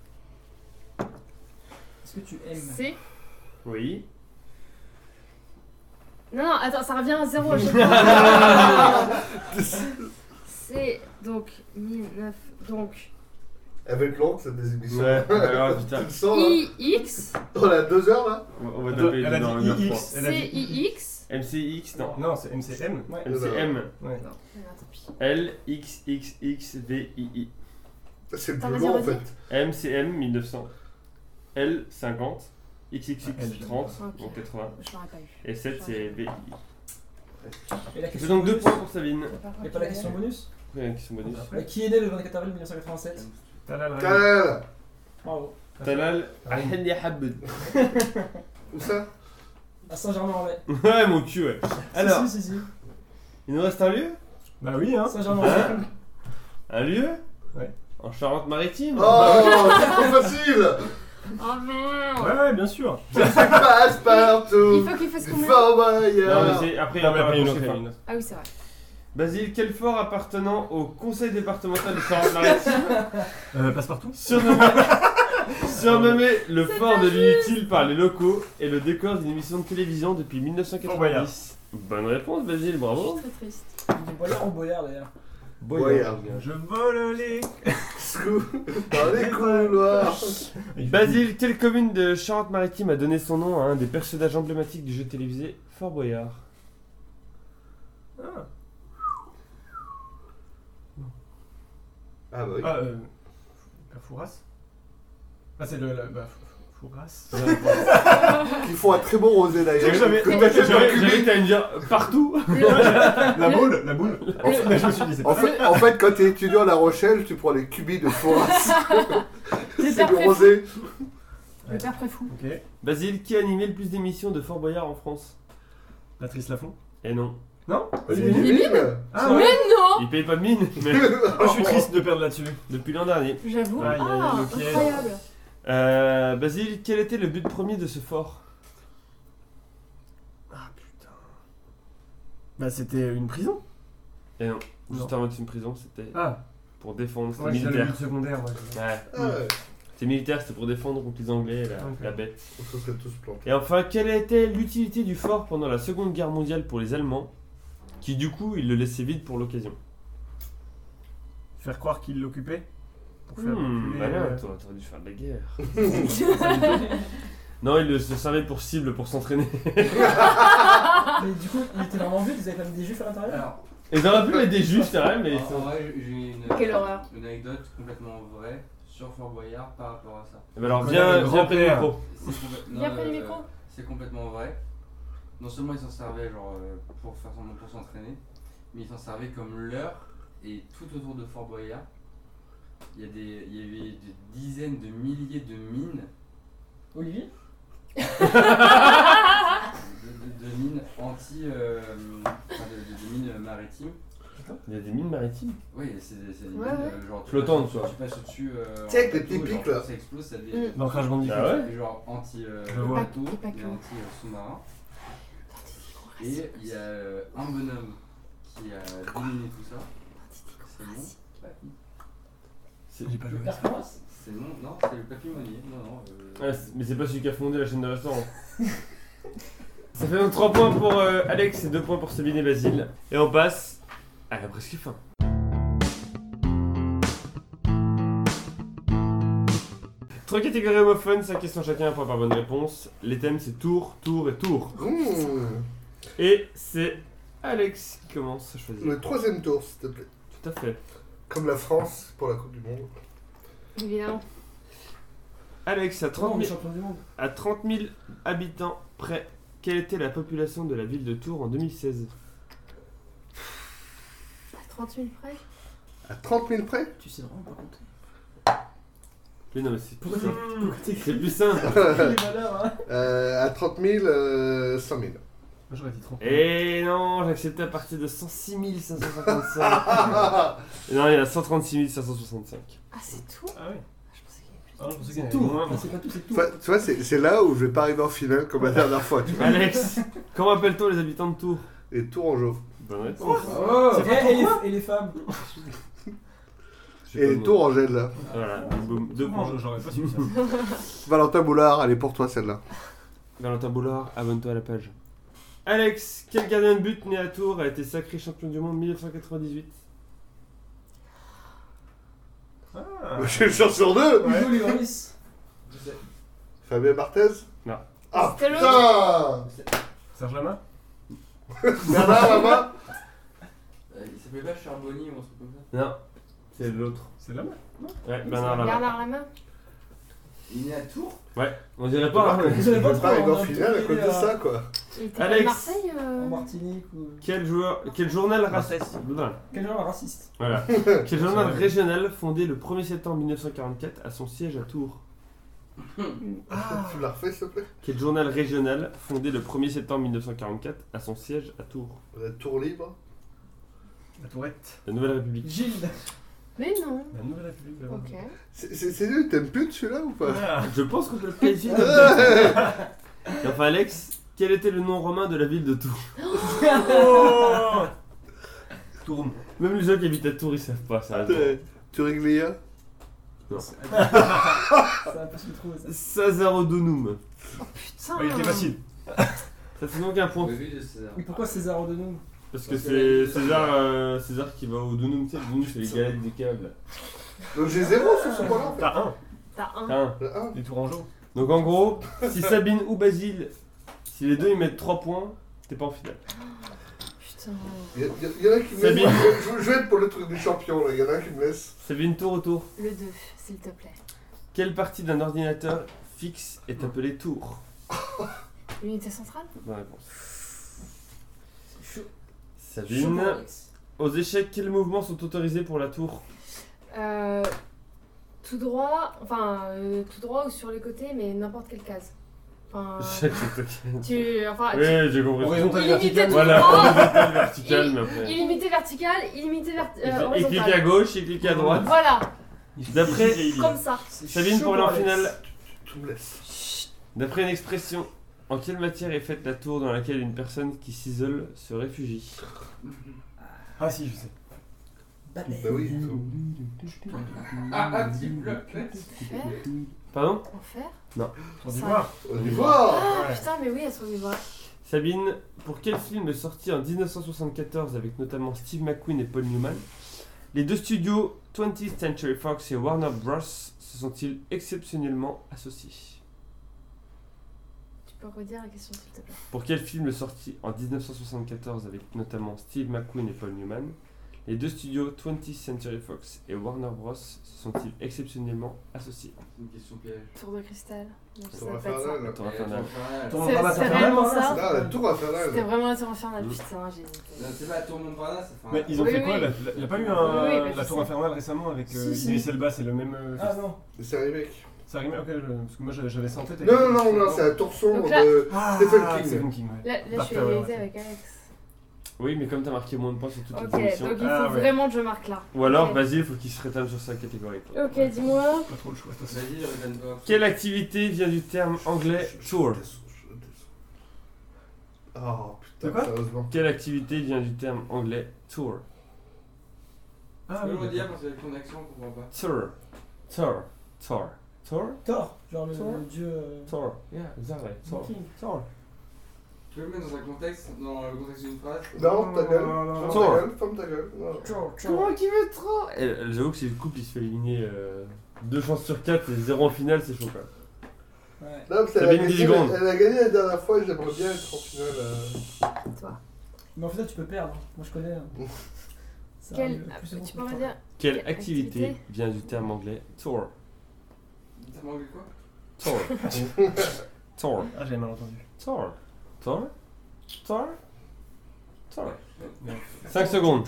Est-ce que tu aimes? C? Oui. Non, attends, ça revient à 0 à chaque fois. C'est donc 1009, donc Avec l'oncle, cette des émissions. Ouais, alors Tu putain. le sens là IX, On a 2 heures là On va taper Elle a dans dit le IX. 3. Elle a dit CIX. MCX, non. Non, c'est MCM. Ouais. MCM. Ouais. Non, tant pis. LXXXVII. C'est le Attends, plus vas-y, long en redis. fait. MCM 1900. L50. XXX 30, Ok. donc 80. Je l'aurais pas eu. Et 7 c'est VI. Et la C'est question donc 2 bonus? points pour Sabine. Et pas la question bonus? Après, il y a une question bonus. Qui est né le 24 avril 1987? Talal Rayyan. Talal Bravo. Talal Ahni Habd. Où ça À Saint-Germain-en-Laye. Ouais, mon cul, ouais. Alors, Si. il nous reste un lieu. Bah oui, hein. Saint-Germain-en-Laye. Un lieu. Ouais. En Charente-Maritime. Oh, c'est trop facile Oh merde. Ouais, bien sûr. Passe partout Il faut qu'il fasse combien? Fort Non, mais Boyard c'est après, Non, mais on va après, une la autre, prochaine une fois. autre. Ah oui, c'est vrai. Basile, quel fort appartenant au conseil départemental de Charente-Maritime Passe-partout. surnommé le fort de l'inutile par les locaux et le décor d'une émission de télévision depuis Fort Boyard. 1990. Bonne réponse, Basile, Je bravo. suis très triste. Du Boyard ou Boyard d'ailleurs? Boyard. Je vole les. Dans les couloirs Basile, quelle commune de Charente-Maritime a donné son nom à un des personnages emblématiques du jeu télévisé Fort Boyard? Ah. Ah bah oui. Ah, Fouras. Ah, c'est le. Fouras. Qui font un très bon rosé d'ailleurs. J'avais Que t'achètes dans le J'avais cubique. que t'allais me dire partout. La boule. Mais je me suis dit, c'est En pas ça. fait, quand t'es étudiant à La Rochelle, tu prends les cubis de Fouras. C'est C'est du parfait. rosé. Le père préfou. Ok. Basile, qui a animé le plus d'émissions de Fort Boyard en France? Patrice Lafont. Eh non. Non Vas-y, Les dis mines Ah Mais ouais. non. Il paye pas de mine, mais Oh, je suis triste de perdre là-dessus. depuis l'an dernier. J'avoue. Aïe, aïe, Ah, aïe, le piège. incroyable. Basile, quel était le but premier de ce fort? Ah putain. Bah, c'était une prison. Eh non. Juste Non. avant d'être une prison, c'était Ah, pour défendre, c'était ouais, c'est le militaire. but secondaire. Ouais. Ouais. Ah ouais. C'était militaire, c'était pour défendre contre les Anglais, Ok. la bête. On se serait tous plantés. Et enfin, quelle était l'utilité du fort pendant la Seconde Guerre mondiale pour les Allemands, qui du coup, ils le laissaient vide pour l'occasion? Faire croire qu'il l'occupait. Pour faire reculer, Malin, toi, t'aurais dû faire de la guerre. Non, ils le se servaient pour cible, pour s'entraîner. Mais du coup, il était vraiment vide, ils avaient pas mis des juifs à l'intérieur? Alors, Ils auraient pu mettre des juifs, c'est vrai, mais... en vrai, j'ai Quelle horreur. une anecdote complètement vraie sur Fort Boyard par rapport à ça. Eh ben alors, On viens connaît le près du grand-père. micro. Viens près du micro. C'est complètement vrai. Non seulement ils s'en servaient genre pour s'entraîner, mais ils s'en servaient comme leurre. Et tout autour de Fort Boyard, il y avait des dizaines de milliers de mines, Olivier? de mines de mines maritimes. Il y a des mines maritimes. Oui, c'est des mines Ouais, genre tu Flottantes, passes- quoi. Tu passes au-dessus. Tu sais, avec en les petits bateau, pics, genre, là. Ça explose, ça devient L'ancrage bandicoot. Ah ouais. genre anti Je vois. bateau, Et pas que. mais anti sous-marin. Et il y a un bonhomme qui a dominé tout ça. C'est bon. Bah, J'ai pas joué. Performance? c'est le monde. Non, c'est le papillonnier. Non. Ouais, mais c'est pas celui qui a fondé la chaîne de restaurants. Ça fait donc 3 points pour Alex et 2 points pour Sabine et Basile. Et on passe à la presque fin. 3 catégories homophones, 5 questions chacun, un point par bonne réponse. Les thèmes c'est tour, tour et tour. Et c'est Alex qui commence à choisir. Le 3e tour, s'il te plaît. Tout à fait. Comme la France pour la Coupe du Monde. Évidemment. Alex, à 30 on est 000, champion du monde. à 30 000 habitants près, quelle était la population de la ville de Tours en 2016 ? À 30 000 près. À 30 000 près. Tu sais vraiment pas compter. Mais non, mais c'est plus Pourquoi simple. t'écris C'est plus simple. les valeurs, hein? À 30 000, 100 000. Moi j'aurais dit 30. Et non, j'acceptais à partir de 106 555. Et non, il y en a 136 565. Ah, c'est tout. Ah ouais. Je pensais qu'il y avait plus. Ah, je pensais qu'il y C'est avait tout. moins. Ah, c'est pas tout, c'est tout. Tu vois, c'est là où je vais pas arriver en finale comme la dernière fois. Tu vois. Alex, comment appelle-t-on les habitants de Tours ? Et Tourangeau. Bonne réponse. Oh C'est pas et les femmes. J'ai pas Et le mot. Tourangelle, là. Voilà, boum, 2 Moi, points. j'aurais pas su ça. Valentin Boulard, elle est pour toi celle-là. Valentin Boulard, abonne-toi à la page. Alex, quel gardien de but né à Tours a été sacré champion du monde 1998 ? Ah. J'ai une chance sur deux. Hugo Lloris. Fabien Barthez. Non. Ah C'était putain. Serge Lama. Bernard là-bas. Il s'appelait pas Charbonnier ou un truc comme ça. Non, c'est l'autre. C'est Lama. Ouais, Bernard Lama. Bernard Lama. Il est né à Tours. Ouais, on dirait pas. hein. Vous savez Je pas vais trop. pas arriver on en a finale à cause oublié, de ça quoi. Il était Alex. à Marseille. En Martinique ou. Quel journal raciste Quel genre raciste? Voilà. Quel journal régional fondé le 1er septembre 1944 a son siège à Tours ? Tu me la refais s'il te plaît. Quel journal régional fondé le 1er septembre 1944 a son siège à Tours ? La tour libre. La Tourette. La Nouvelle République. Gilles. Mais non. La Nouvelle République. là. Ok. C'est lui, t'aimes plus celui-là ou pas? Ah. Je pense qu'on peut le qualifier. Et enfin Alex, quel était le nom romain de la ville de Tours ? Oh. Tourne. Même les gens qui habitent à Tours ils savent pas ça. Turiglia. Ça va pas se le trouver ça. Sazarodonum. Putain. Ah, il était facile. Ça fait donc un point. Oui, oui, de César. Oui, pourquoi César de nous? Parce que Parce que c'est la- César qui va au Dunum, tu sais, le Dunum c'est les galettes des câbles. Donc j'ai 0 sur ce point-là en fait. T'as un. T'as un. Hein. Le 1. Les Tourangeaux. Donc en gros, si Sabine ou Basile, si les deux ils mettent 3 points, t'es pas en finale. Putain. Il y en a qui me Sabine. laissent. Je vais être pour le truc du champion là. Il y en a un qui me laisse. Sabine, tour au tour. Le 2, s'il te plaît. Quelle partie d'un ordinateur fixe est appelée tour ? L'unité centrale. Bonne réponse. C'est chaud. Sabine, aux échecs, quels mouvements sont autorisés pour la tour ? Tout droit, tout droit ou sur les côtés, mais n'importe quelle case. Enfin, Échecs, c'est ok. enfin, Oui, j'ai compris. Horizontal, illimité vertical. tout Voilà, droit, horizontal, vertical, mais après. illimité vertical, illimité Et cliquez à horizontal. gauche et cliquez à droite. Voilà, D'après comme ça. Sabine, pour aller en finale, Tu me laisses. d'après une expression, en quelle matière est faite la tour dans laquelle une personne qui s'isole se réfugie ? Ah si, je sais. Bah oui. Ah, petit bloc. Fer, Pardon ? en fer. Sur d'ivoire. On y va. Ah putain, mais oui, elles sont vivantes. Sabine, pour quel film sorti en 1974 avec notamment Steve McQueen et Paul Newman, les deux studios 20th Century Fox et Warner Bros. Se sont-ils exceptionnellement associés ? Tu peux redire la question, s'il te plaît. Pour quel film sorti en 1974 avec notamment Steve McQueen et Paul Newman, les deux studios 20th Century Fox et Warner Bros. Se sont-ils exceptionnellement associés ? C'est une question piège. Tour de cristal. Non, ça Tour va pas être ça. infernale. Tour infernale. Tour C'est Montparnasse c'est infernale, réellement voilà, ça. Là, la tour infernale. C'était vraiment la tour infernale, Mm. putain, j'ai. C'est pas la tour Montparnasse. Enfin, Mais ils ont Oui, fait oui. quoi là Il n'y a pas eu Oui, bah, la je Tour sais. Infernale récemment avec Si, si. Idriss Elba, c'est le même. Ah non. C'est un remake. Ça rime, ok, parce que moi j'avais ça en tête. Non, non, non, c'est un tour sombre Donc là- de Ah, Stephen King. Stephen King, ouais. Là, je Dark suis Tower, égalisée ouais. avec Alex. Oui, mais comme t'as marqué moins de points sur toutes Ok, les émissions. donc il faut Ah, ouais. vraiment que je marque là. Ou alors, Ok. Basile, il faut qu'il se rétame sur sa catégorie. quoi. Ok, dis-moi. Pas trop le choix. de toute façon. Vas-y, redonne-toi. Quelle activité vient du terme anglais tour ? Oh De putain, quoi sérieusement. Quelle activité vient du terme anglais tour ? Ah Tu peux oui, me redire d'accord. parce qu'avec ton accent, on comprend pas. Tour. Tour. Thor. Thor? Thor, genre le Thor. dieu. Thor. Yeah, exactly. Thor. Viking. Thor. Tu veux le mettre dans un contexte, dans le contexte d'une phrase? Non, ta gueule. non, Thor. Ferme ta gueule. Non. Comment qui veut trop J'avoue que si le couple il se fait éliminer 2 chances sur 4 et 0 en finale, c'est chaud quand même. Ouais. Non, parce Ça qu'elle a fait une gagné, seconde. elle a gagné la dernière fois et j'aimerais bien être en finale. Toi. Mais en fait, là, tu peux perdre. Moi, je connais. Ça Quelle... arrive plus souvent Tu que peux me toi. dire Quelle Quelle activité activité vient du terme anglais Thor? T'as manqué quoi? Thor. Thor. Ah, j'avais mal entendu. Thor. Thor. Thor. Thor. 5 Cinq. secondes.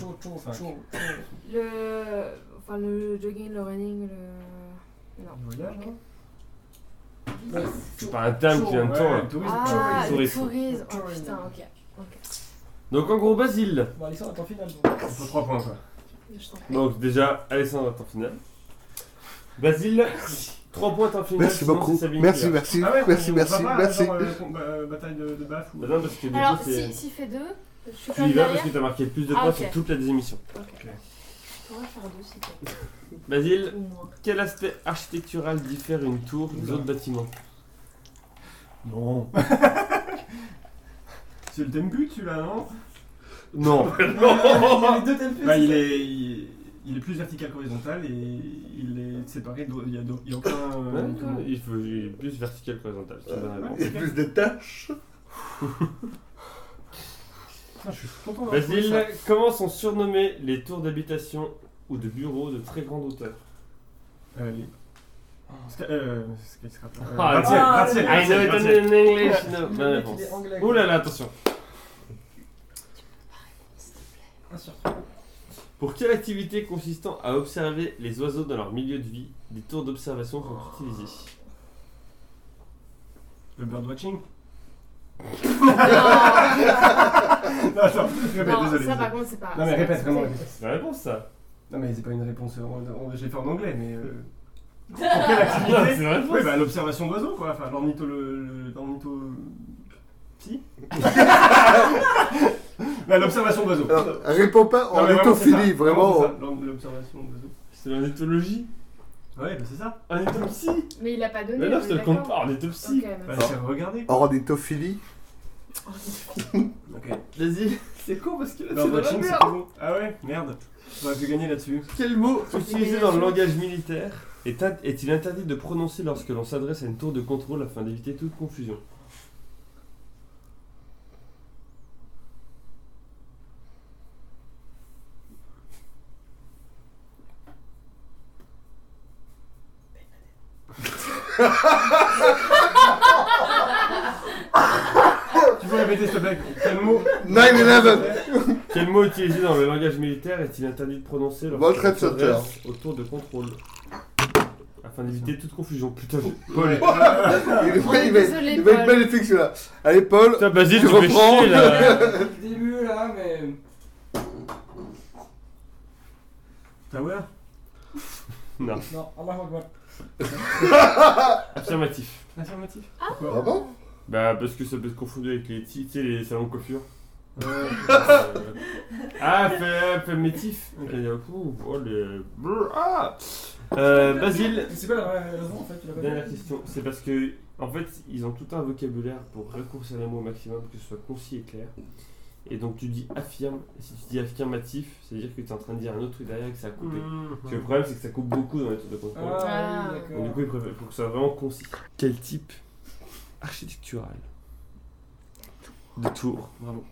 le jogging, le running, le... Non. Le voyage, hein. C'est pas un terme qui vient de Ouais, Thor. le tourisme. Ah, le Tourisme. tourisme. Oh Tourisme. putain, ok. Donc en gros, Basile. Bon, Alexandre est en finale. Il faut 3 points quoi. Je t'en prie. Donc déjà, Alessandre est en finale. Basile, 3 points en finale. Merci sinon beaucoup. c'est Sabine Merci, qui a. merci, Ah ouais, merci, on merci, va pas, merci. genre, bataille de baf ou. Bah non, parce que du Alors, coup, c'est. s'il fait 2, je suis Tu quand y même vas parce derrière. que t'as marqué plus de Ah, points ok. sur toutes les émissions. Ok. On va faire 2 s'il te plaît. Basile, Ou moins. quel aspect architectural diffère une tour des autres bâtiments? Non. C'est le temple celui-là, non? Non. Il y a les deux tels Bah, il est plus vertical qu'horizontal et il est séparé, il y a aucun. Ouais, il faut il est plus vertical qu'horizontal. C'est une bonne réponse. Il y a plus de tâches. Ah, je suis content d'avoir trouvé Basile, ça. comment sont surnommées les tours d'habitation ou de bureaux de très grande hauteur? Skyscraper. Ah, Gratte-ciel, I know it gratte-ciel. in English. No. Le Bonne mec, réponse. il est anglais. Ouh là là, attention. 1 sur 3. Pour quelle activité consistant à observer les oiseaux dans leur milieu de vie, des tours d'observation sont utilisés? Le birdwatching. Non, attends, répète, Non, désolé. ça par contre, c'est pas. Non, mais c'est répète, pas- vraiment, c'est- répète. C'est la réponse, ça. Non, mais c'est pas une réponse. Je l'ai fait en anglais, mais. Pour quelle Non, activité? c'est la réponse. Oui, bah l'observation d'oiseaux quoi. Enfin, l'ornitho. Si. Bah, l'observation d'oiseaux. Alors, réponds pas Non, en mais vraiment, c'est étophilie, ça. vraiment. c'est ça, l'observation d'oiseaux. C'est l'ornithologie. Ouais, bah c'est ça. Ornithopsie. Mais il a pas donné. Mais non, on je est te le compte d'accord. pas, ornithopsie. Ok, Bah, mais- c'est regarder. En étophilie. Ok. Vas-y. C'est con parce que là, c'est dans la Birdwatching, c'est merde. pas bon. Ah ouais, merde. J'aurais pu gagner là-dessus. Quel mot utilisé dans le langage militaire est-il interdit de prononcer lorsque l'on s'adresse à une tour de contrôle afin d'éviter toute confusion? Tu peux répéter s'il te plaît? Quel mot? 9/11. Quel mot utilisé dans le langage militaire est-il interdit de prononcer lorsque World l'on Trade Center. s'adresse aux tours de contrôle afin d'éviter toute confusion? Putain, Paul. Désolé, Il va être Paul. magnifique celui-là. Allez, Paul. Putain, Basile, Tu tu fais reprends. chier là. Le début là, mais. Tower? Non, Non, Allah Akbar. affirmatif. Affirmatif. Vraiment? Bah, parce que ça peut se confondre avec les, tu sais, les salons de coiffure. Ouais. Ah, affirmatif. Oh, les. Ah Basile, C'est quoi la vraie raison en fait? Tu l'as pas dernière dit? question. C'est parce que, en fait, ils ont tout un vocabulaire pour raccourcir les mots au maximum, que ce soit concis et clair. Et donc, tu dis affirme. Et si tu dis affirmatif, c'est-à-dire que tu es en train de dire un autre truc derrière et que ça a coupé. Parce que le problème, c'est que ça coupe beaucoup dans les tours de contrôle. Ah, Ah. oui, Donc, du d'accord. coup, il faut que ça soit vraiment concis. Quel type architectural de tour Bravo.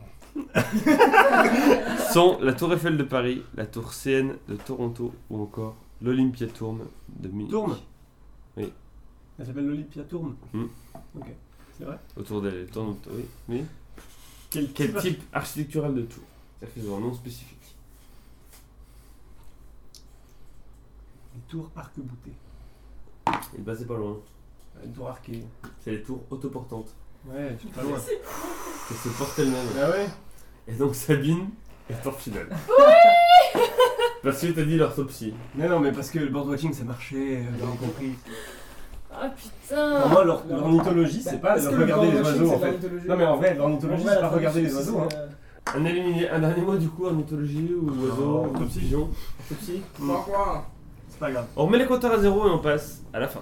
sont la Tour Eiffel de Paris, la Tour CN de Toronto ou encore l'Olympiatourne de Munich? Tourne? Oui. Elle s'appelle l'Olympia Tourne. Ok. C'est vrai? Autour des tournes, oui. Oui. Quel Quel type architectural de tour? C'est-à-dire qu'ils ont un nom spécifique. Les tours arc-boutées. Et bah, c'est pas loin. Une tour arquée. C'est les tours autoportantes. Ouais, tu es pas loin. Elles se portent elles-mêmes. Ah ouais? Et donc, Sabine est en finale. Parce que t'as dit l'orthopsie. Non, mais parce que le birdwatching ça marchait, j'ai compris. Ah putain. Pour moi, l'ornithologie, c'est pas Parce que le regarder les birdwatching, oiseaux c'est en fait. l'ornithologie. Non, mais en vrai, l'ornithologie, En vrai, c'est pas la regarder les traduction, oiseaux. c'est, Hein. Un dernier mot du coup, ornithologie ou oiseau, Orthopsie. pigeon, orthopsie. Trois points. C'est pas grave. On remet les compteurs à 0 et on passe à la fin.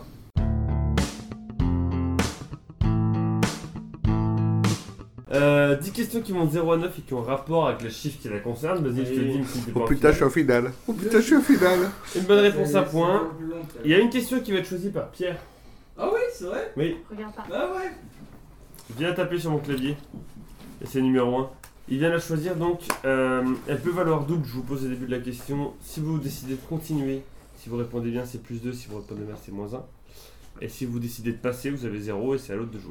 10 questions qui vont de 0 à 9 et qui ont rapport avec le chiffre qui la concerne. Vas-y, je te dis, si t'es pas Oh en putain, je finale. suis en finale. Oh putain, je suis en finale. Une bonne réponse à point. Il y a une question qui va être choisie par Pierre. Ah oui, c'est vrai. Oui, Regarde pas. Ah ouais. viens taper sur mon clavier. Et c'est numéro 1. Il vient la choisir donc. Elle peut valoir double, je vous pose au début de la question. Si vous décidez de continuer, si vous répondez bien, c'est plus 2. Si vous répondez mal, c'est moins 1. Et si vous décidez de passer, vous avez 0 et c'est à l'autre de jouer.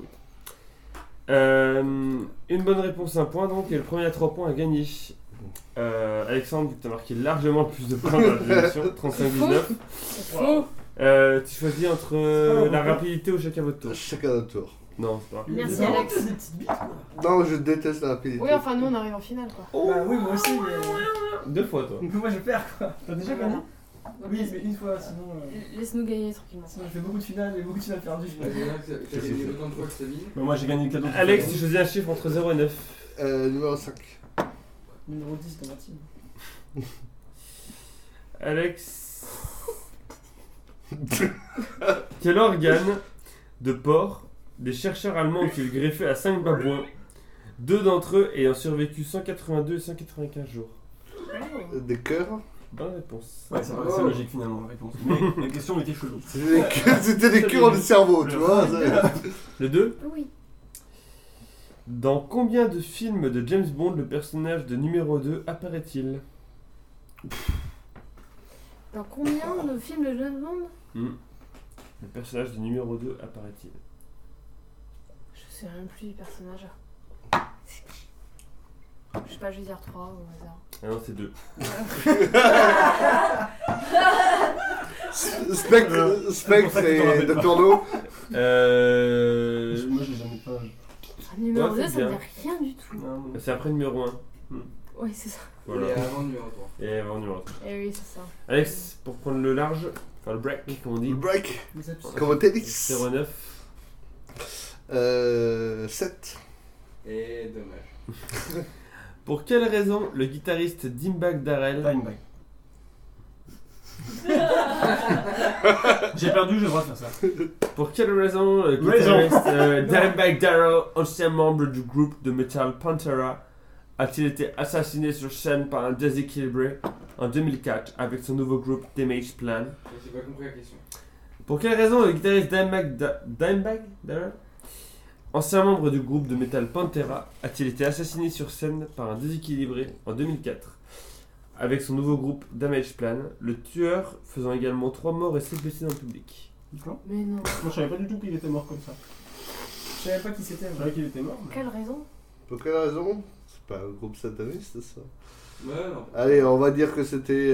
Une bonne réponse, 1 point donc, et le premier à 3 points a gagné. Alexandre, vu que tu as marqué largement le plus de points dans la émission, 35-19. C'est faux. Tu choisis entre la rapidité ou chacun votre tour. Chacun notre tour. Non, c'est pas grave. Merci, Des marrons, Alex. t'as des petites bites, quoi. Non, je déteste la rapidité. Oui, enfin, nous on arrive en finale quoi. Bah oui, moi aussi, mais. 2 fois toi. Donc moi je perds quoi. T'as déjà gagné? Donc, Oui, mais une fois, sinon. Laisse-nous gagner tranquillement. Sinon, je fais beaucoup de finales et beaucoup de finales perdues. T'as gagné autant de fois que Sabine. Mais moi j'ai gagné le cadeau. Alex, tu choisis un chiffre entre 0 et 9. Numéro 5. Numéro 10 dans ma team. Alex. Quel organe de porc des chercheurs allemands ont-ils greffé à 5 babouins, 2 d'entre eux ayant survécu 182 et 195 jours? Des cœurs. Bonne réponse. Ouais, c'est logique finalement la réponse. Mais la question était chelou. C'était des cœurs du cerveau, tu vois. ça. Le 2. Oui. Dans combien de films de James Bond le personnage de numéro 2 apparaît-il? Dans combien de films de James Bond? Le personnage de numéro 2 apparaît-il? Je sais même plus du personnage. Je sais pas, je vais dire 3 au hasard. Ah non, c'est 2. Spectre et Dr. No. Moi je l'ai jamais pas. Numéro Ouais, 2, c'est ça me bien. dit rien du tout. Non, C'est après numéro 1. Oui, c'est ça. Voilà. Et avant le numéro 3. Et avant numéro 3. Eh oui, c'est ça. Alex, pour prendre le large, enfin le break, comme on dit. Le break. les absents. Comme au tennis. 09. 7. Et dommage. Pour quelle raison le guitariste Dimebag Darrell Dimebag. J'ai perdu, j'ai le droit de faire ça. Pour quelle raison le guitariste Dimebag Darrell, ancien membre du groupe de metal Pantera, a-t-il été assassiné sur scène par un déséquilibré en 2004 avec son nouveau groupe Damage Plan? J'ai pas compris la question. Pour quelle raison le guitariste Dimebag Darrell, ancien membre du groupe de metal Pantera, a-t-il été assassiné sur scène par un déséquilibré en 2004 avec son nouveau groupe Damage Plan, le tueur faisant également 3 morts et 7 blessés dans le public? Non, Mais non. moi je savais pas du tout qu'il était mort comme ça. Je savais pas qui c'était, je savais qu'il était mort. Pour quelle raison? Pour quelle raison? C'est pas un groupe sataniste, ça. Ouais, non. Allez, on va dire que c'était.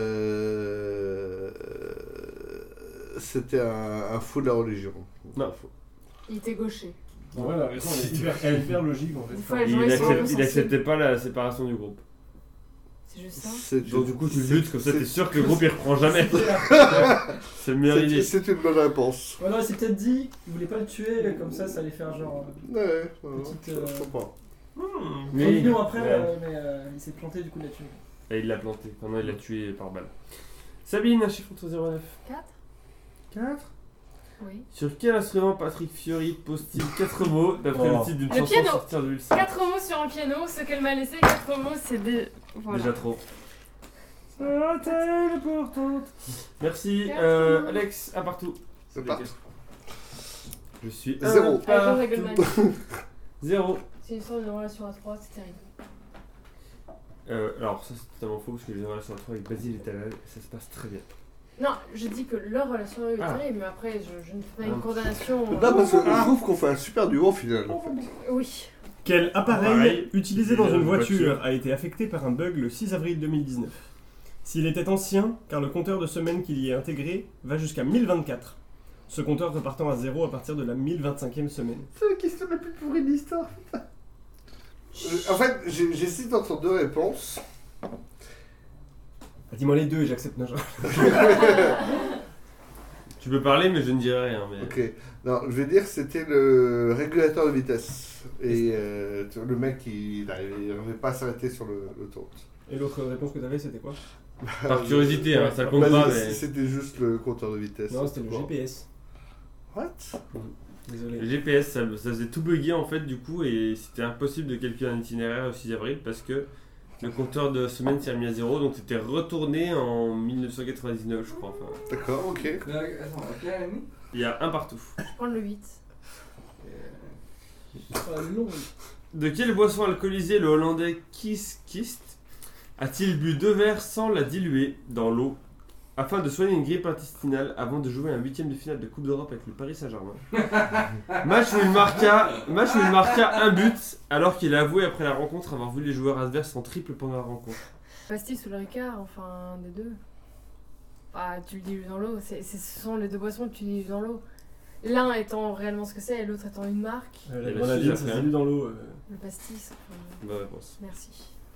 C'était un fou de la religion. Non. Il était gaucher. Bon, ouais, la raison elle est hyper logique en fait. Une fois, les gens, ils sont un peu Il sensibles. acceptait pas la séparation du groupe. C'est juste ça. C'est Donc du coup tu c'est- luttes comme ça, c'est- t'es sûr que le groupe il reprend jamais. C'est le meilleur idée. C'est une bonne réponse. Voilà, il s'est peut-être dit qu'il voulait pas le tuer, comme ça allait faire genre. Ouais, Petite, je comprends. Mais Mignon après, ouais. mais il s'est planté du coup là-dessus. Et il l'a planté. Enfin non, il l'a tué par balle. Sabine, un chiffre entre 0 et 9. 4? 4. Oui. Sur quel instrument Patrick Fiori pose-t-il 4 mots d'après Oh. le titre d'une Le chanson piano. sortie en 2005? 4 mots sur un piano, ce qu'elle m'a laissé, 4 mots, c'est des. Voilà. Déjà trop. Est-elle importante? Merci. Quatre. Alex, à partout. C'est parti. Je suis 0. Avec Regelman. 0. C'est une histoire d'une relation à 3, c'est terrible. Alors ça c'est totalement faux parce que les relations à 3 avec Basile et Talal, ça se passe très bien. Non, je dis que leur relation est Ah. terrible, mais après, je ne fais pas une Ah. condamnation. Non, parce que je trouve qu'on fait un super duo au final. En fait. Oui. Quel appareil Pareil. utilisé dans Une une voiture. voiture a été affecté par un bug le 6 avril 2019? S'il était ancien, car le compteur de semaines qu'il y est intégré va jusqu'à 1024. Ce compteur repartant à 0 à partir de la 1025e semaine. C'est la question la plus pourrie de l'histoire. En fait, j'hésite entre deux réponses. Ah, dis-moi les deux et j'accepte. Non, Tu peux parler mais je ne dirai rien. Mais... Ok. Non, je vais dire que c'était le régulateur de vitesse. Et le mec, il n'arrivait pas à s'arrêter sur l'autoroute. Et l'autre réponse que t'avais, c'était quoi? Par curiosité, hein, ça compte Vas-y, pas, mais. C'était juste le compteur de vitesse. Non, c'était le Quoi. GPS. What? Le Désolé. GPS, ça faisait tout bugger en fait, du coup, et c'était impossible de calculer un itinéraire au 6 avril parce que le compteur de semaine s'est remis à 0, donc c'était retourné en 1999, je crois. Enfin, D'accord, ok. Mais attends, à quelle année? il y a un partout. Je prends le 8. Ah, long. De quelle boisson alcoolisée le Hollandais Kees Kist a-t-il bu 2 verres sans la diluer dans l'eau afin de soigner une grippe intestinale avant de jouer un 8ème de finale de Coupe d'Europe avec le Paris Saint-Germain? match où il marqua un but alors qu'il a avoué après la rencontre avoir vu les joueurs adverses en triple pendant la rencontre. Pastis ou le Ricard, enfin, des deux. Ah, tu le dilues dans l'eau. Ce sont les deux boissons que tu dilues dans l'eau. L'un étant réellement ce que c'est et l'autre étant une marque. La Et la grenadine, suite, ça après. s'est lu dans l'eau. Le pastis, enfin, Bonne réponse. merci.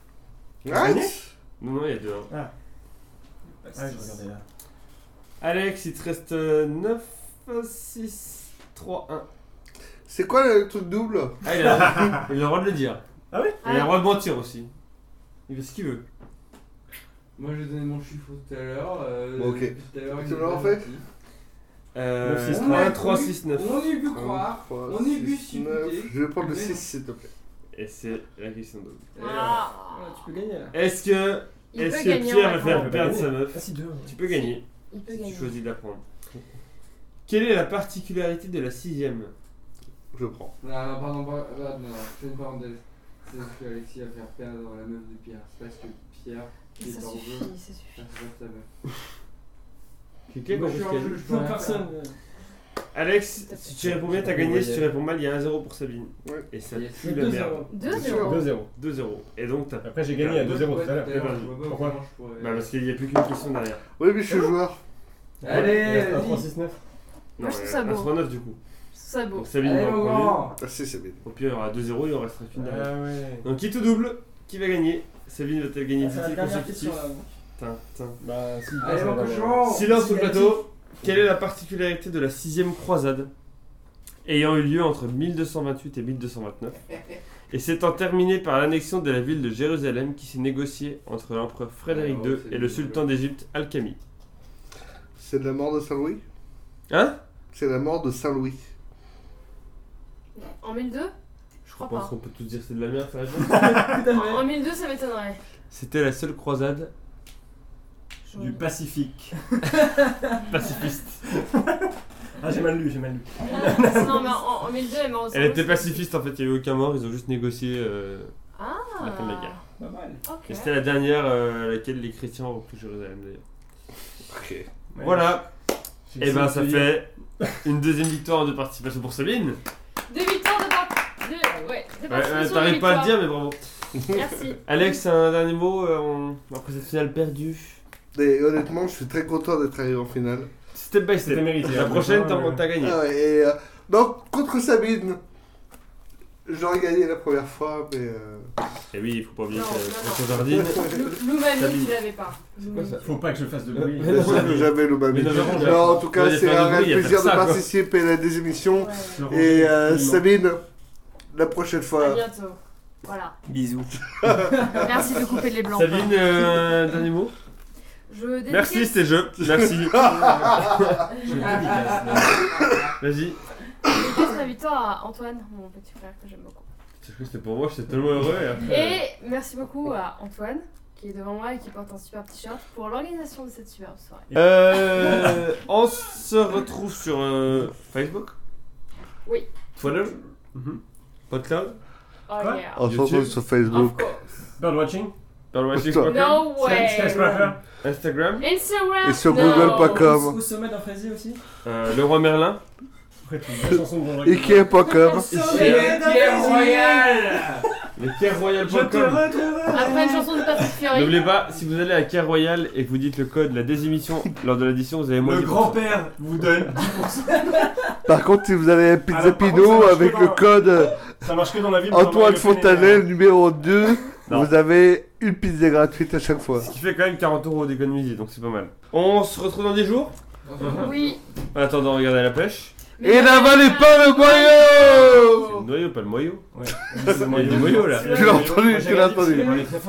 Nice. Non, il y a 2. Ah, je regardais là. Alex, il te reste 9, 6, 3, 1. C'est quoi le truc double? Ah, il a le droit de le dire. Ah ouais? Et il a le droit de mentir aussi. Il fait ce qu'il veut. Moi j'ai donné mon chiffre tout à l'heure. Bon, ok. Tout à l'heure, Tu il me l'as est refait? gentil. 1, 9, 3, 6, 9. On y peut croire. 3, On y peut 6, 9. supputer. Je vais prendre le Mais 6 non. s'il te plaît. Et c'est la question double. Ah. Tu peux gagner là. Est-ce que Il peut Est-ce gagner que Pierre en va faire répondant. perdre sa meuf? Ah si, 2. Tu peux gagner Il peut si gagner. tu choisis de la prendre. Quelle est la particularité de la 6ème? Je prends. Non, pardon, non, je fais une parenthèse. C'est parce qu'Alexis va faire perdre la meuf de Pierre. C'est parce que Pierre, qui Ça est en suffit, jeu, ça suffit. ça se passe ta meuf. Quelqu'un Moi, je suis en jeu, je peux Pour rien personne. faire. Alex, si tu réponds bien, t'as gagné. Si tu réponds mal, il y a 1-0 pour Sabine. Ouais. Et ça Yes. pue la merde. 2-0. 2-0. 2-0. Et donc t'as. Après, j'ai gagné à 2-0 tout à l'heure. Je vois pas Pourquoi? comment je pourrais- Bah parce qu'il n'y a plus qu'une question derrière. Oui, mais je suis joueur. Allez, vas-y. 3, 6, 9. Moi, je trouve ça il y a beau. 1-3-9 du coup. Ça beau. Donc Sabine Allez, va en mon premier. grand. Ah, si, c'est bien. Au pire, il y aura 2-0, il en restera qu'une derrière. Ah ouais. Donc qui tout double? Qui va gagner? Sabine va-t-elle gagner 10 C'est la titres dernière question consécutifs? là. Tintin. Bah, si. Allez, ça mon va, cochon. Silence Si, sur le Alexis. plateau. Quelle est la particularité de la 6ème croisade ayant eu lieu entre 1228 et 1229 et s'étant terminée par l'annexion de la ville de Jérusalem qui s'est négociée entre l'empereur Frédéric Ouais, II c'est et le bien. sultan d'Égypte Al-Kami? C'est de la mort de Saint-Louis? Hein? C'est la mort de Saint-Louis. En 1002? Je Je crois pense pas. qu'on peut tous dire que c'est de la merde, ça réponse. Tout à fait. En 1002, ça m'étonnerait. C'était la seule croisade Je- Du Pacifique. pacifiste. Ah, j'ai mal lu, j'ai mal lu. Non, mais en 1002, elle m'a Elle était pacifiste en fait, il n'y a eu aucun mort, ils ont juste négocié Ah. la fin de la guerre. Pas mal. Ok. Et c'était la dernière à laquelle les chrétiens ont repris Jérusalem d'ailleurs. Ok. Ouais. Voilà, J'ai et ben essayé ça de te dire. fait une deuxième victoire en deux participations pour Sabine. 2 victoires de part. Ouais, de participation, T'arrives de pas à le victoire. dire, mais bravo. Merci. Alex, un dernier mot après cette finale perdue. Et honnêtement, je suis très content d'être arrivé en finale. Step by step. C'était mérité, La hein, prochaine, franchement, t'as gagné. Ah ouais, et donc, contre Sabine, j'aurais gagné la première fois, mais. Et oui, il faut pas oublier Non, que non, contre Jardine. L'umami, Sabine. tu l'avais pas. L'umami. ça Faut pas que je fasse de bruit. Mais non, J'avais le Mais non, non, en tout cas, Ouais, il y a c'est pas un de réel bruit, il y a plaisir de faire ça, quoi. participer à des émissions. Ouais. Et Absolument. Sabine, la prochaine À fois. bientôt. Voilà. Bisous. Merci de couper les blancs. Sabine, dernier mot. Je dédicace- Merci, c'était jeu. Merci. Je dédicace. Vas-y. Je dédicace ma victoire à Antoine, mon petit frère que j'aime beaucoup. Je crois que c'était pour moi, j'étais tellement heureux. Et après, Et merci beaucoup à Antoine, qui est devant moi et qui porte un super t-shirt pour l'organisation de cette superbe soirée. on se retrouve sur Facebook. Oui. Twitter. PodCloud. Oh Quoi yeah. On se YouTube. retrouve sur Of Facebook. course. Birdwatching. Birdwatching.com. No way. Skyscraper. Instagram. Instagram. Et sur no. google.com. Au sommet d'un fraisier aussi. Le Roi Merlin. Après, tu la chanson de Jean-Jacques. Ikea.com. Pierre Royal. Le Je te cairroyal.com. retrouverai. Après une chanson de Patrick Fiori. N'oubliez pas, si vous allez à Cair Royal et que vous dites le code la désémission lors de l'addition, vous avez moins Le 10%. grand-père vous donne 10%. Par contre, si vous allez à Pizza Alors, par contre, Pino ça marche avec que le dans- code Ça marche que dans la ville. Antoine Fontanel numéro 2, Non. vous avez une pizza gratuite à chaque fois. Ce qui fait quand même 40 € d'économiser, donc c'est pas mal. On se retrouve dans 10 jours. Oui. En attendant, regardez la pêche. Et n'avalez pas le C'est boyau! le noyau, pas le moyau. Ouais. Il y a du moyau là. Tu l'as entendu, tu l'as entendu.